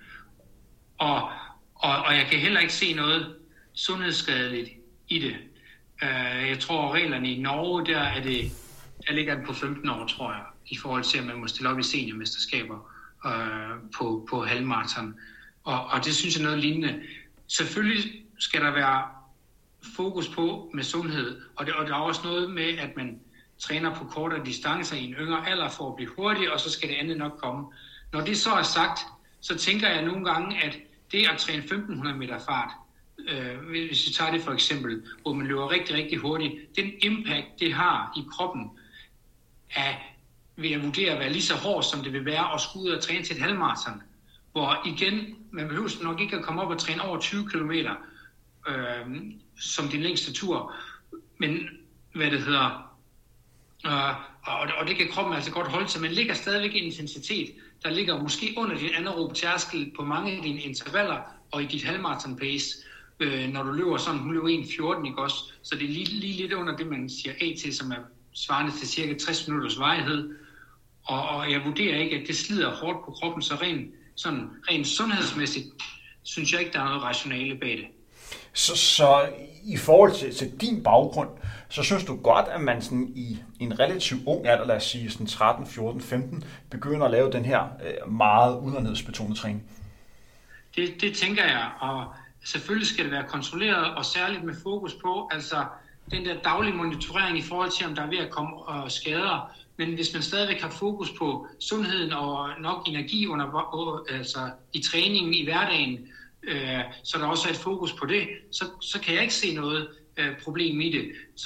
og, og, og jeg kan heller ikke se noget sundhedsskadeligt i det. Uh, jeg tror, reglerne i Norge, der, er det, der ligger den på femten år, tror jeg, i forhold til, at man må stille op i seniormesterskaber uh, på, på halvmaraton. Og, og det synes jeg er noget lignende. Selvfølgelig skal der være fokus på med sundhed, og, det, og der er også noget med, at man træner på kortere distancer i en yngre alder for at blive hurtig, og så skal det andet nok komme. Når det så er sagt, så tænker jeg nogle gange, at det at træne femten hundrede meter fart, øh, hvis vi tager det for eksempel, hvor man løber rigtig, rigtig hurtigt, den impact, det har i kroppen, er, vil jeg vurdere at være lige så hård, som det vil være at skulle ud og træne til et halvmaraton. Hvor igen, man behøver nok ikke at komme op og træne over tyve kilometer øh, som din længste tur. Men hvad det hedder, øh, og, og det kan kroppen altså godt holde til, men ligger stadigvæk en intensitet, der ligger måske under din anaerobe tærskel på mange af dine intervaller og i dit halvmarathon pace, øh, når du løber sådan, hun løber en fjorten, ikke også? Så det er lige, lige lidt under det, man siger A T, som er svarende til cirka tres minutters varighed. Og, og jeg vurderer ikke, at det slider hårdt på kroppen, så rent sådan rent sundhedsmæssigt, synes jeg ikke, der er noget rationale bag det. Så, så i forhold til, til din baggrund, så synes du godt, at man sådan i en relativt ung alder, lad os sige sådan tretten, fjorten, femten, begynder at lave den her øh, meget udholdenhedsbetonede træning? Det, det tænker jeg, og selvfølgelig skal det være kontrolleret, og særligt med fokus på, altså den der daglige monitorering i forhold til, om der er ved at komme øh, skader. Men hvis man stadigvæk har fokus på sundheden og nok energi under, altså i træningen i hverdagen, øh, så der også er et fokus på det, så, så kan jeg ikke se noget øh, problem i det. Så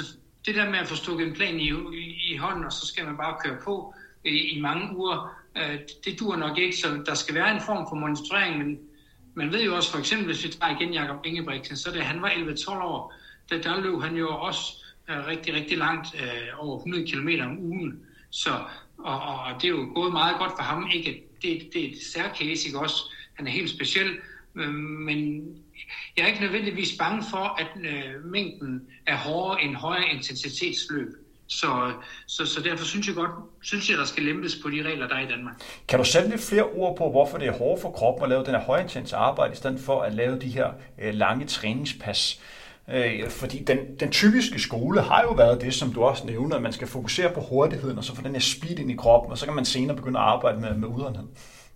det der med at få stukket en plan i, i, i hånden, og så skal man bare køre på i, i mange uger, øh, det dur nok ikke, så der skal være en form for monitorering, men man ved jo også, for eksempel, hvis vi tager igen Jakob Ingebrigtsen, så da han var elleve tolv år, der, der løb han jo også øh, rigtig, rigtig langt, øh, over hundrede kilometer om ugen, så, og, og, og det er jo gået meget godt for ham, ikke? Det, det er et særcase, ikke også? Han er helt speciel, øh, men jeg er ikke nødvendigvis bange for, at øh, mængden er hårdere end højere intensitetsløb. Så, så, så derfor synes jeg godt, synes jeg, der skal lempes på de regler, der er i Danmark. Kan du sætte lidt flere ord på, hvorfor det er hårdt for kroppen at lave den her højintense arbejde, i stedet for at lave de her øh, lange træningspas? Øh, fordi den, den typiske skole har jo været det, som du også nævner, at man skal fokusere på hurtigheden, og så få den her speed ind i kroppen, og så kan man senere begynde at arbejde med, med udholdenhed.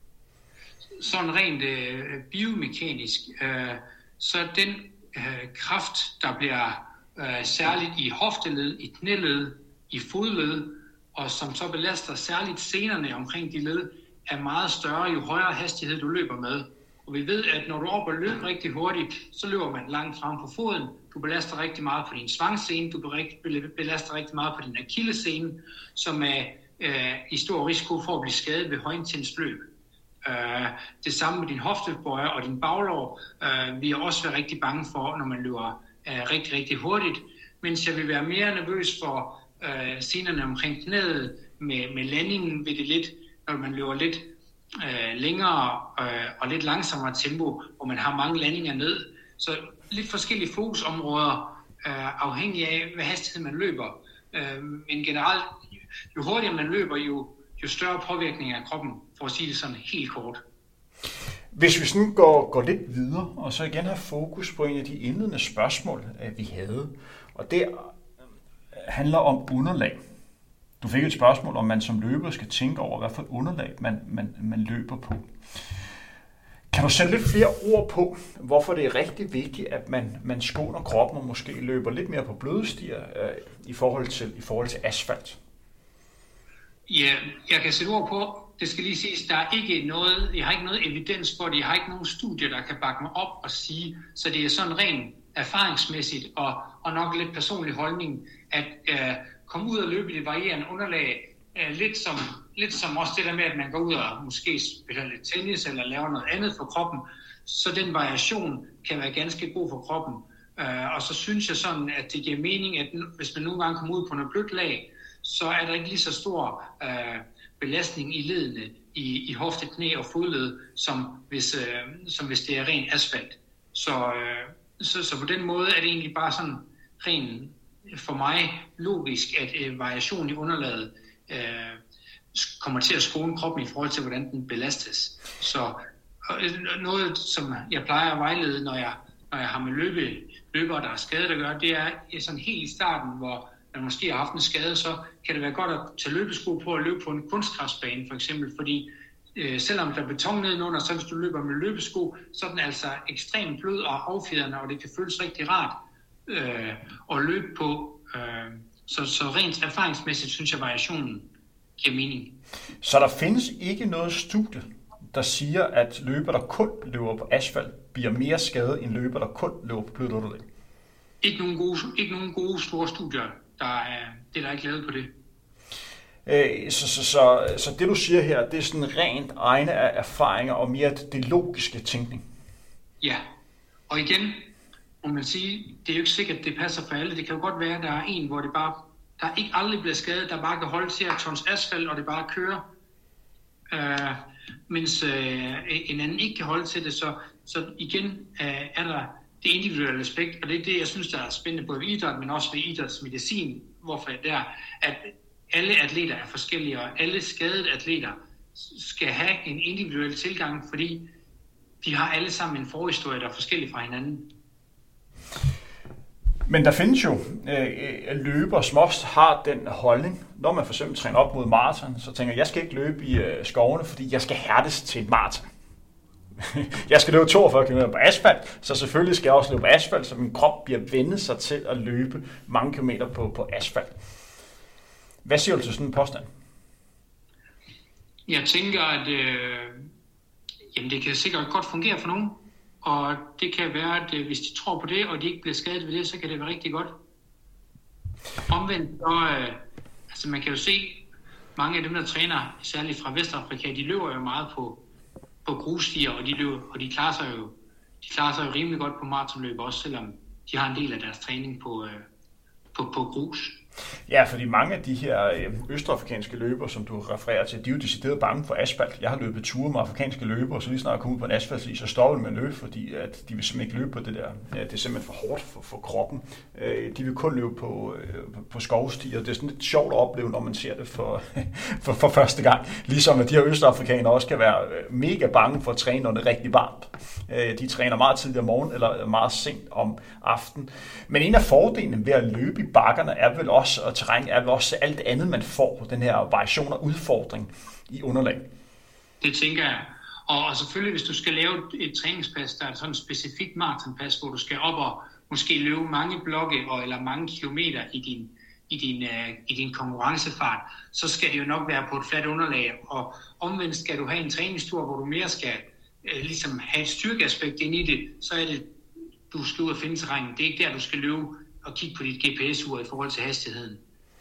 Sådan rent øh, biomekanisk, øh, så den øh, kraft, der bliver øh, særligt i hofteled, i knæled, i fodled, og som så belaster særligt senerne omkring de led, er meget større, jo højere hastighed du løber med. Og vi ved, at når du er oppe og løber rigtig hurtigt, så løber man langt frem på foden. Du belaster rigtig meget på din svangscene, du belaster rigtig meget på din akillesscene, som er øh, i stor risiko for at blive skadet ved højintens løb. Uh, det samme med din hoftebøjer og din baglår uh, vil jeg også være rigtig bange for, når man løber uh, rigtig, rigtig hurtigt. Mens jeg vil være mere nervøs for uh, scenerne omkring knæet med, med landingen ved det lidt, når man løber lidt uh, længere uh, og lidt langsommere tempo, hvor man har mange landinger ned. Så lidt forskellige fokusområder uh, afhængig af, hvad hastighed man løber. Uh, men generelt, jo hurtigere man løber, jo jo større påvirkning af kroppen, for at sige det sådan helt kort. Hvis vi sådan går, går lidt videre, og så igen har fokus på en af de indledende spørgsmål, vi havde, og det handler om underlag. Du fik et spørgsmål, om man som løber skal tænke over, hvad for et underlag man, man, man løber på. Kan du sætte lidt flere ord på, hvorfor det er rigtig vigtigt, at man, man skåner kroppen og måske løber lidt mere på bløde stier øh, i, forhold til, i forhold til asfalt? Ja, jeg kan sætte ord på, det skal lige siges, der er ikke noget, jeg har ikke noget evidens for det, jeg har ikke nogen studier, der kan bakke mig op og sige, så det er sådan rent erfaringsmæssigt og, og nok lidt personlig holdning, at øh, komme ud og løbe i det varierende underlag, øh, lidt, som, lidt som også det der med, at man går ud og måske spiller lidt tennis eller laver noget andet for kroppen, så den variation kan være ganske god for kroppen. Øh, og så synes jeg sådan, at det giver mening, at hvis man nogle gange kommer ud på noget blødt lag, så er der ikke lige så stor øh, belastning i ledene, i, i hofte, knæ og fodled, som hvis, øh, som hvis det er ren asfalt. Så, øh, så, så på den måde er det egentlig bare sådan ren, for mig logisk, at øh, variation i underlaget øh, kommer til at skåne kroppen i forhold til, hvordan den belastes. Så øh, noget, som jeg plejer at vejlede, når jeg, når jeg har med løbe, løbere, der er skadet at gøre, det er sådan helt i starten, hvor man måske har haft en skade, så kan det være godt at tage løbesko på og løbe på en kunstgræsbane for eksempel, fordi øh, selvom der er beton nedenunder, så hvis du løber med løbesko, så er den altså ekstremt blød og affjedrende, og det kan føles rigtig rart øh, at løbe på. Øh, så, så rent erfaringsmæssigt synes jeg, variationen giver mening. Så der findes ikke noget studie, der siger, at løber, der kun løber på asfalt, bliver mere skadet end løber, der kun løber på blødt underlag? Ikke nogen gode, ikke nogen gode store studier. Der er, det er der ikke lavet på det. Øh, så, så, så, så det du siger her, det er sådan rent egne erfaringer og mere det logiske tænkning? Ja, og igen må man sige, det er jo ikke sikkert, at det passer for alle. Det kan jo godt være, at der er en, hvor det bare, der ikke aldrig bliver skadet, der bare kan holde til at tons asfalt, og det bare kører, øh, mens øh, en anden ikke kan holde til det. Så, så igen øh, er der det individuelle aspekt, og det er det, jeg synes, der er spændende både ved idræt, men også ved idrætsmedicin, hvorfor det er, at alle atleter er forskellige, og alle skadede atleter skal have en individuel tilgang, fordi de har alle sammen en forhistorie, der er forskellig fra hinanden. Men der findes jo øh, løbere, som også har den holdning, når man for eksempel træner op mod maraton, så tænker jeg, jeg skal ikke løbe i øh, skovene, fordi jeg skal hærdes til et maraton. Jeg skal løbe toogfyrre kilometer på asfalt, så selvfølgelig skal jeg også løbe på asfalt, så min krop bliver vendt sig til at løbe mange kilometer på, på asfalt. Hvad siger du til sådan en påstand? Jeg tænker, at øh, jamen det kan sikkert godt fungere for nogen, og det kan være, at hvis de tror på det, og de ikke bliver skadet ved det, så kan det være rigtig godt. omvendt, så, øh, altså man kan jo se, mange af dem, der træner, særligt fra Vestafrika, de løber jo meget på, på grusstier, og de, løber, og de klarer sig jo de klarer sig jo rimelig godt på maratonløb, også selvom de har en del af deres træning på, øh, på, på grus. Ja, fordi mange af de her østafrikanske løbere, som du refererer til, de er jo decideret bange for asfalt. Jeg har løbet ture med afrikanske løbere, så lige snart jeg kommer ud på en asfalt, så stopper de med at løbe, fordi at de vil simpelthen ikke løbe på det der. Ja, det er simpelthen for hårdt for, for kroppen. De vil kun løbe på, på skovstier. Det er sådan lidt sjovt at opleve, når man ser det for, for, for første gang. Ligesom at de her østafrikanere også kan være mega bange for at træne, når det er rigtig varmt. De træner meget tidligt om morgenen eller meget sent om aftenen. Men en af fordelene ved at løbe i bakkerne er vel også, og terræn er vel også alt andet, man får, den her variation og udfordring i underlag. Det tænker jeg. Og, og selvfølgelig, hvis du skal lave et træningspas, der er sådan et specifikt maratonpas, hvor du skal op og måske løbe mange blokke og, eller mange kilometer i din, i, din, uh, i din konkurrencefart, så skal det jo nok være på et fladt underlag. Og omvendt skal du have en træningstur, hvor du mere skal uh, ligesom have et styrkeaspekt ind i det, så er det, du skal ud og finde terrænet. Det er ikke der, du skal løbe og kigge på dit G P S-ur i forhold til hastigheden.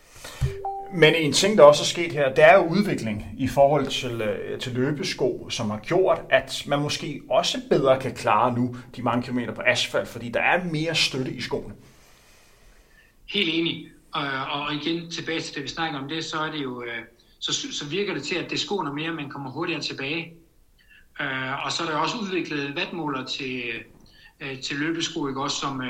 Men en ting, der også er sket her, det er jo udvikling i forhold til, til løbesko, som har gjort, at man måske også bedre kan klare nu de mange kilometer på asfalt, fordi der er mere støtte i skoene. Helt enig. Og, og igen tilbage til det, vi snakker om det, så er det jo, så, så virker det til, at det skåner mere, man kommer hurtigere tilbage. Og så er der også udviklet wattmåler til, til løbesko, ikke? Også som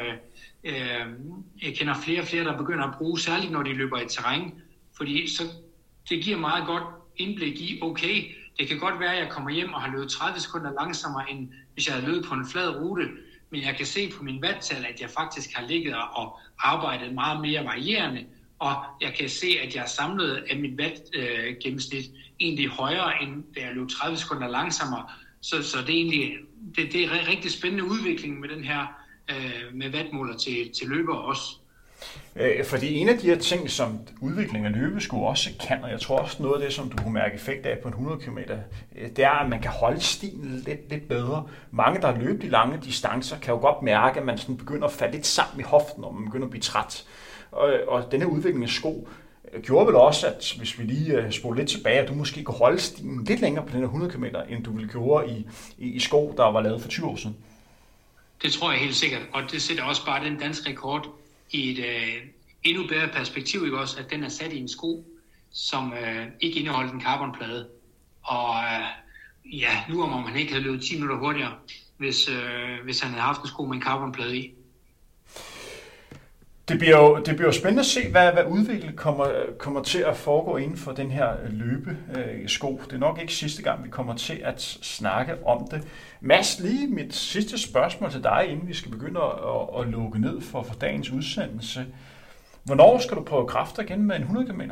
jeg kender flere og flere, der begynder at bruge, særligt når de løber i terræn, fordi så det giver meget godt indblik i, okay, det kan godt være, at jeg kommer hjem og har løbet tredive sekunder langsommere, end hvis jeg havde løbet på en flad rute, men jeg kan se på min watttal, at jeg faktisk har ligget og arbejdet meget mere varierende, og jeg kan se, at jeg har samlet af mit watt-gennemsnit øh, egentlig højere, end da jeg løb tredive sekunder langsommere. Så, så det er egentlig det, det er en rigtig spændende udvikling med den her med wattmåler til, til løbere også. Fordi en af de her ting, som udvikling af løbesko også kan, og jeg tror også noget af det, som du kunne mærke effekt af på en hundrede kilometer, det er, at man kan holde stilen lidt, lidt bedre. Mange, der har løbet de lange distancer, kan jo godt mærke, at man sådan begynder at falde lidt sammen i hoften, og man begynder at blive træt. Og, og denne udvikling af sko gjorde vel også, at hvis vi lige spoler lidt tilbage, at du måske kunne holde stilen lidt længere på den her hundrede kilometer, end du ville gøre i, i, i sko, der var lavet for tyve år siden. Det tror jeg helt sikkert, og det sætter også bare den danske rekord i et øh, endnu bedre perspektiv, ikke også, at den er sat i en sko, som øh, ikke indeholder en carbonplade. Og øh, ja, nu om man ikke havde løbet ti minutter hurtigere, hvis, øh, hvis han havde haft en sko med en carbonplade i. Det bliver jo, det bliver jo spændende at se, hvad, hvad udviklingen kommer, kommer til at foregå inden for den her løbesko. Det er nok ikke sidste gang, vi kommer til at snakke om det. Mads, lige mit sidste spørgsmål til dig, inden vi skal begynde at, at lukke ned for, for dagens udsendelse. Hvornår skal du prøve kræfter igen med en hundrede kilometer?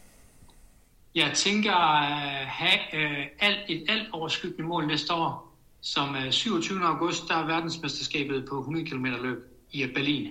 Jeg tænker at have uh, alt, et alt overskyggende mål næste år. Som uh, syvogtyvende august, der er verdensmesterskabet på hundrede kilometer løb i Berlin.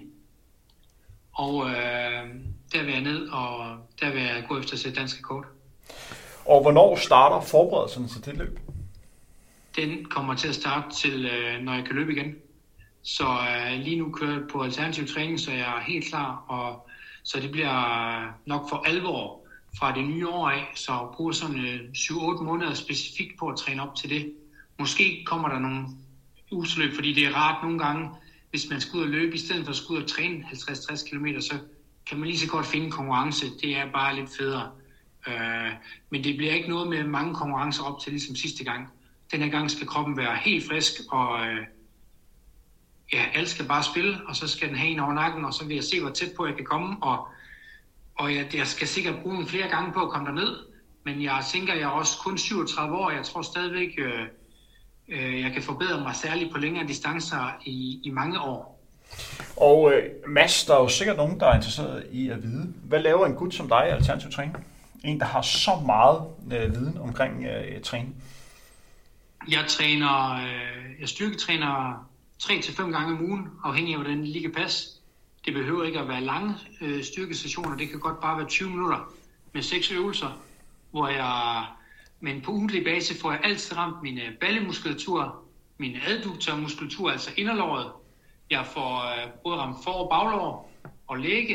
Og øh, der vil jeg ned, og der vil jeg gå efter at sætte dansk rekord. Og hvornår starter forberedelserne til det løb? Den kommer til at starte til, øh, når jeg kan løbe igen. Så øh, lige nu kører jeg på alternativ træning, så jeg er helt klar. Og, så det bliver nok for alvor fra det nye år af. Så jeg bruger sådan øh, syv otte måneder specifikt på at træne op til det. Måske kommer der nogle ugeløb, fordi det er rart nogle gange, hvis man skal ud og løbe, i stedet for at skulle ud og træne halvtreds til tres kilometer, så kan man lige så godt finde konkurrence. Det er bare lidt federe. Øh, men det bliver ikke noget med mange konkurrencer op til, ligesom sidste gang. Den her gang skal kroppen være helt frisk, og øh, ja, alt skal bare spille, og så skal den have en over nakken, og så vil jeg se, hvor tæt på jeg kan komme, og, og jeg, jeg skal sikkert bruge den flere gange på at komme derned, men jeg tænker, jeg er også kun syvogtredive år, jeg tror stadigvæk, øh, jeg kan forbedre mig særligt på længere distancer i, i mange år. Og øh, Mads, der er jo sikkert nogen, der er interesseret i at vide, hvad laver en gut som dig i alternativ træning? En, der har så meget øh, viden omkring øh, træning. Jeg træner, øh, jeg styrketræner tre til fem gange om ugen, afhængig af hvordan det lige kan passe. Det behøver ikke at være lange øh, styrkesessioner, det kan godt bare være tyve minutter med seks øvelser, hvor jeg... Men på ugentlig base får jeg altid ramt min ballemuskulatur, min adduktormuskulatur, altså inderlåret. Jeg får øh, både ramt for- og baglår og lægge,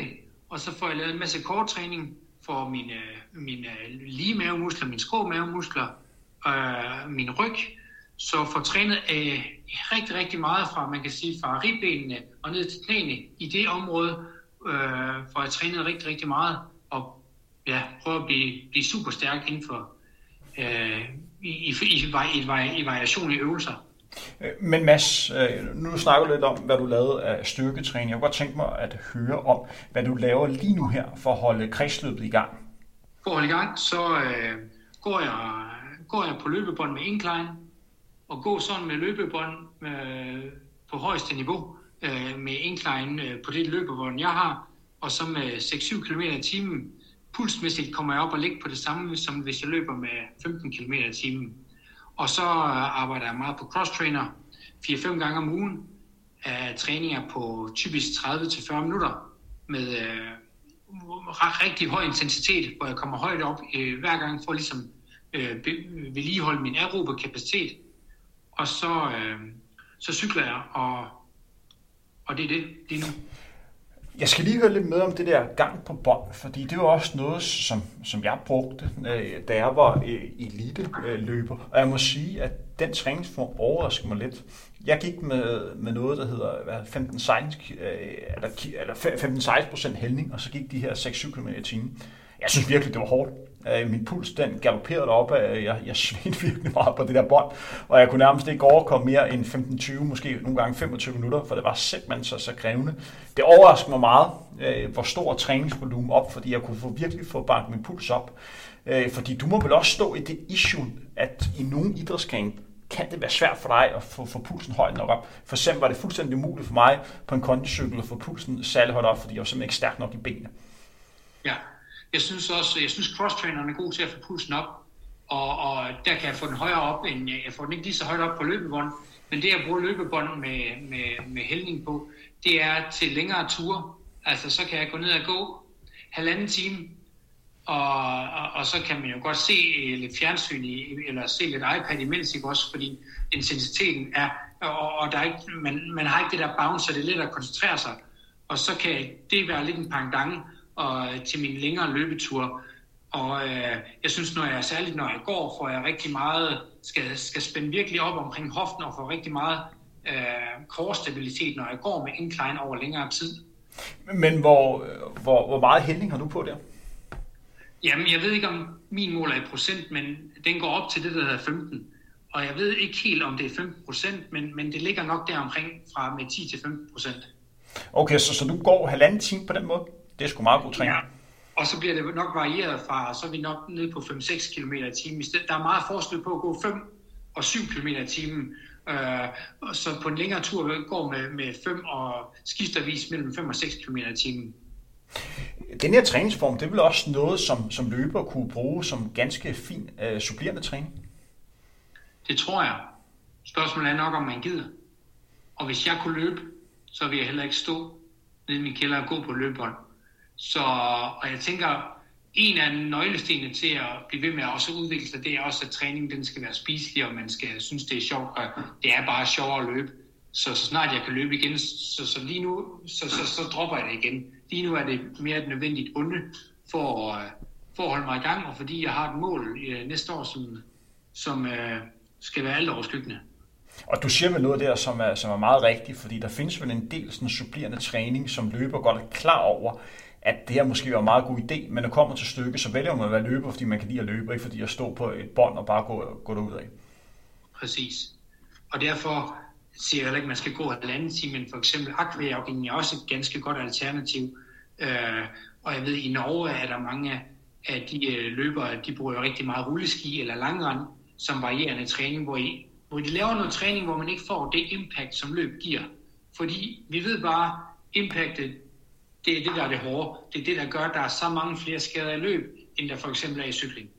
og så får jeg lavet en masse core-træning for mine, mine lige mavemuskler, mine skrå mavemuskler, øh, min ryg, så får trænet øh, rigtig, rigtig meget fra, man kan sige, fra ribbenene og ned til knæene i det område, øh, for jeg trænet rigtig, rigtig meget, og ja, prøve at blive, blive super stærk inden for øh, i, i, i, i, i variation i øvelser. Men Mads, nu snakker du lidt om, hvad du lavede af styrketræning. Jeg kunne godt tænke mig at høre om, hvad du laver lige nu her for at holde kredsløbet i gang. For at holde i gang, så øh, går, jeg, går jeg på løbebånd med incline, og går sådan med løbebånd øh, på højeste niveau, øh, med incline øh, på det løbebånd, jeg har, og så med seks til syv kilometer i timen. Pulsmæssigt kommer jeg op og ligge på det samme, som hvis jeg løber med femten kilometer i timen. Og så arbejder jeg meget på cross-trainer fire til fem gange om ugen. Af træninger på typisk tredive til fyrre minutter med øh, rigtig høj intensitet, hvor jeg kommer højt op øh, hver gang for at ligesom, øh, vedligeholde min aerobe kapacitet. Og så, øh, så cykler jeg, og, og det er det lige nu. Jeg skal lige høre lidt med om det der gang på bånd, fordi det var også noget, som, som jeg brugte, da jeg var elite-løber. Og jeg må sige, at den træningsform overraskede mig lidt. Jeg gik med, med noget, der hedder femten til seksten procent hældning, og så gik de her seks til syv kilometer i timen. Jeg synes virkelig, det var hårdt. Min puls, den galopperede op, jeg, jeg svedte virkelig meget på det der bånd, og jeg kunne nærmest ikke overkomme mere end femten til tyve, måske nogle gange femogtyve minutter, for det var simpelthen så, så krævende. Det overraskede mig meget, hvor stor træningsvolumen op, fordi jeg kunne få, virkelig få banket min puls op. Fordi du må vel også stå i det issue, at i nogle idrætsgrene kan det være svært for dig at få, få pulsen højt nok op. For eksempel var det fuldstændig umuligt for mig på en kondicykel at få pulsen særlig højt op, fordi jeg var simpelthen ikke stærk nok i benene. Ja. Jeg synes også, jeg synes cross-traineren er god til at få pulsen op, og, og der kan jeg få den højere op, end jeg får den ikke lige så højt op på løbebånd, men det at bruge løbebånd med, med, med hældning på, det er til længere ture. Altså så kan jeg gå ned og gå halvanden time, og, og, og så kan man jo godt se lidt fjernsyn i, eller se lidt iPad imens, ikke også, fordi intensiteten er, og, og der er ikke, man, man har ikke det der bounce, så det er let at koncentrere sig, og så kan det være lidt en pendant og til min længere løbetur. Og øh, jeg synes, når jeg særligt når jeg går, får jeg rigtig meget, skal, skal spænde virkelig op omkring hoften og får rigtig meget øh, core-stabilitet, når jeg går med incline over længere tid. Men hvor, hvor, hvor meget hældning har du på der? Jamen, jeg ved ikke, om min mål er i procent, men den går op til det, der hedder femten. Og jeg ved ikke helt, om det er femten procent, men, men det ligger nok der omkring fra med ti til femten procent. Okay, så, så du går halvanden time på den måde? Det er sgu meget god træning. Ja, og så bliver det nok varieret fra, så er vi nok nede på fem til seks kilometer i timen. Der er meget forskel på at gå fem og syv kilometer i timen. Øh, så på en længere tur går med, med fem og skiftervis mellem fem og seks kilometer i timen. Den her træningsform, det er vel også noget, som, som løber kunne bruge som ganske fin øh, supplerende træning? Det tror jeg. Spørgsmålet er nok, om man gider. Og hvis jeg kunne løbe, så vil jeg heller ikke stå nede i min kælder og gå på løbebånd. Så, og jeg tænker, en af nøglestenene til at blive ved med at også udvikle sig, det er også, at træningen den skal være spiselig, og man skal synes, det er sjovt, og det er bare sjovere at løbe. Så, så snart jeg kan løbe igen, så, så lige nu, så, så, så dropper jeg det igen. Lige nu er det mere et nødvendigt onde for, for at holde mig i gang, og fordi jeg har et mål øh, næste år, som, som øh, skal være alt overskyggende. Og du siger vel noget der, som er, som er meget rigtigt, fordi der findes vel en del sådan supplerende træning, som løber godt er klar over, at det her måske var en meget god idé, men når det kommer til stykket, så vælger man at være løber, fordi man kan lide at løbe, ikke fordi at stå på et bånd og bare gå, gå derud af. Præcis. Og derfor siger jeg heller ikke, at man skal gå halvanden time, men for eksempel akvæjogning er også et ganske godt alternativ. Øh, og jeg ved, at i Norge er der mange af de øh, løbere, de bruger jo rigtig meget rulleski eller langrend som varierende træning, hvor, I, hvor de laver noget træning, hvor man ikke får det impact, som løb giver. Fordi vi ved bare, impactet, det er det, der er det hårde. Det er det, der gør, at der er så mange flere skader i løb, end der for eksempel er i cykling.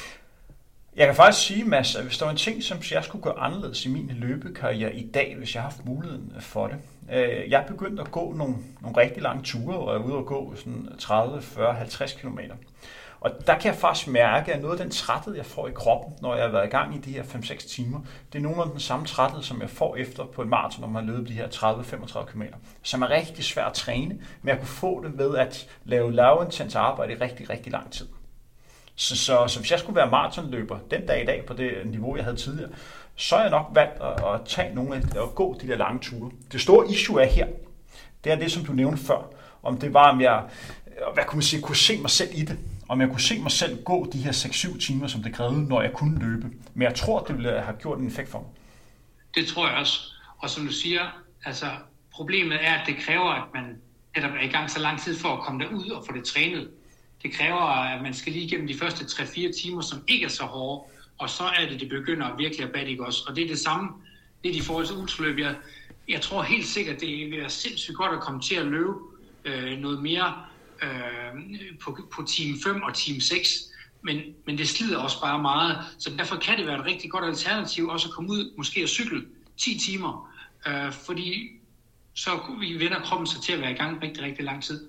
Jeg kan faktisk sige, Mads, at hvis der var en ting, som jeg skulle gøre anderledes i min løbekarriere i dag, hvis jeg har haft muligheden for det. Jeg er begyndt at gå nogle, nogle rigtig lange ture, og jeg er ude at gå sådan tredive, fyrre, halvtreds kilometer. Og der kan jeg faktisk mærke, at noget af den træthed, jeg får i kroppen, når jeg har været i gang i de her fem seks timer, det er nogenlunde den samme træthed, som jeg får efter på et maraton, når man har løbet de her tredive til femogtredive kilometer, som er rigtig svært at træne, men jeg kunne få det ved at lave lavintens arbejde i rigtig, rigtig lang tid. Så, så, så hvis jeg skulle være maratonløber den dag i dag på det niveau, jeg havde tidligere, så er jeg nok valgt at, at tage nogle af og gå de der lange ture. Det store issue er her, det er det, som du nævnte før, om det var, om jeg hvad kunne, man sige, kunne se mig selv i det, om jeg kunne se mig selv gå de her seks syv timer, som det krævede, når jeg kunne løbe. Men jeg tror, det ville have gjort en effekt for mig. Det tror jeg også. Og som du siger, altså problemet er, at det kræver, at man netop er i gang så lang tid for at komme derud og få det trænet. Det kræver, at man skal lige igennem de første tre fire timer, som ikke er så hårde, og så er det, det begynder virkelig at batte også. Og det er det samme, det er de forhold til ultraløb. Jeg, jeg tror helt sikkert, det vil være sindssygt godt at komme til at løbe øh, noget mere øh, på, på time fem og time seks, men, men det slider også bare meget. Så derfor kan det være et rigtig godt alternativ også at komme ud, måske at cykle ti timer, øh, fordi så vender kroppen sig til at være i gang rigtig, rigtig lang tid.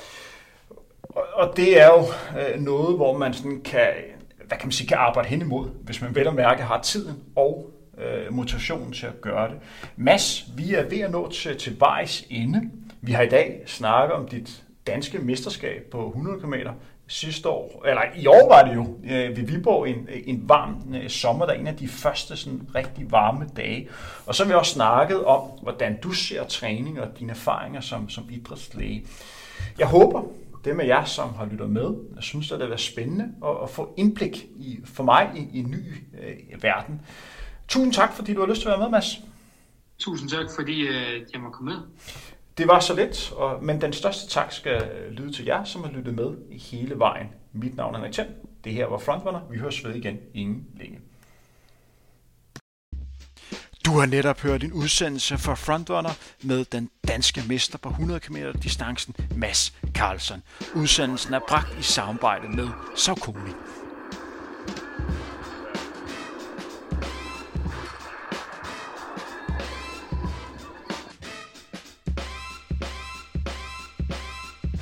Og det er jo øh, noget, hvor man sådan kan, hvad kan man sige, kan arbejde hen imod, hvis man vel og mærke har tiden og øh, motivationen til at gøre det. Mads, vi er ved at nå til, til vejs ende. Vi har i dag snakket om dit danske mesterskab på hundrede kilometer sidste år, eller i år var det jo øh, ved Viborg en, en varm øh, sommer, der er en af de første sådan rigtig varme dage. Og så har vi også snakket om, hvordan du ser træning og dine erfaringer som, som idrætslæge. Jeg håber, det med jer, som har lyttet med, jeg synes, at det har været spændende at, at få indblik i, for mig i, i en ny øh, verden. Tusind tak, fordi du har lyst til at være med, Mads. Tusind tak, fordi øh, jeg må komme med. Det var så lidt, og, men den største tak skal lyde til jer, som har lyttet med hele vejen. Mit navn er Henrik Thiem. Det her var Frontrunner. Vi høres ved igen inden længe. Du har netop hørt en udsendelse fra Frontrunner med den danske mester på hundrede kilometer distancen, Mads Carlson. Udsendelsen er bragt i samarbejde med Saucony.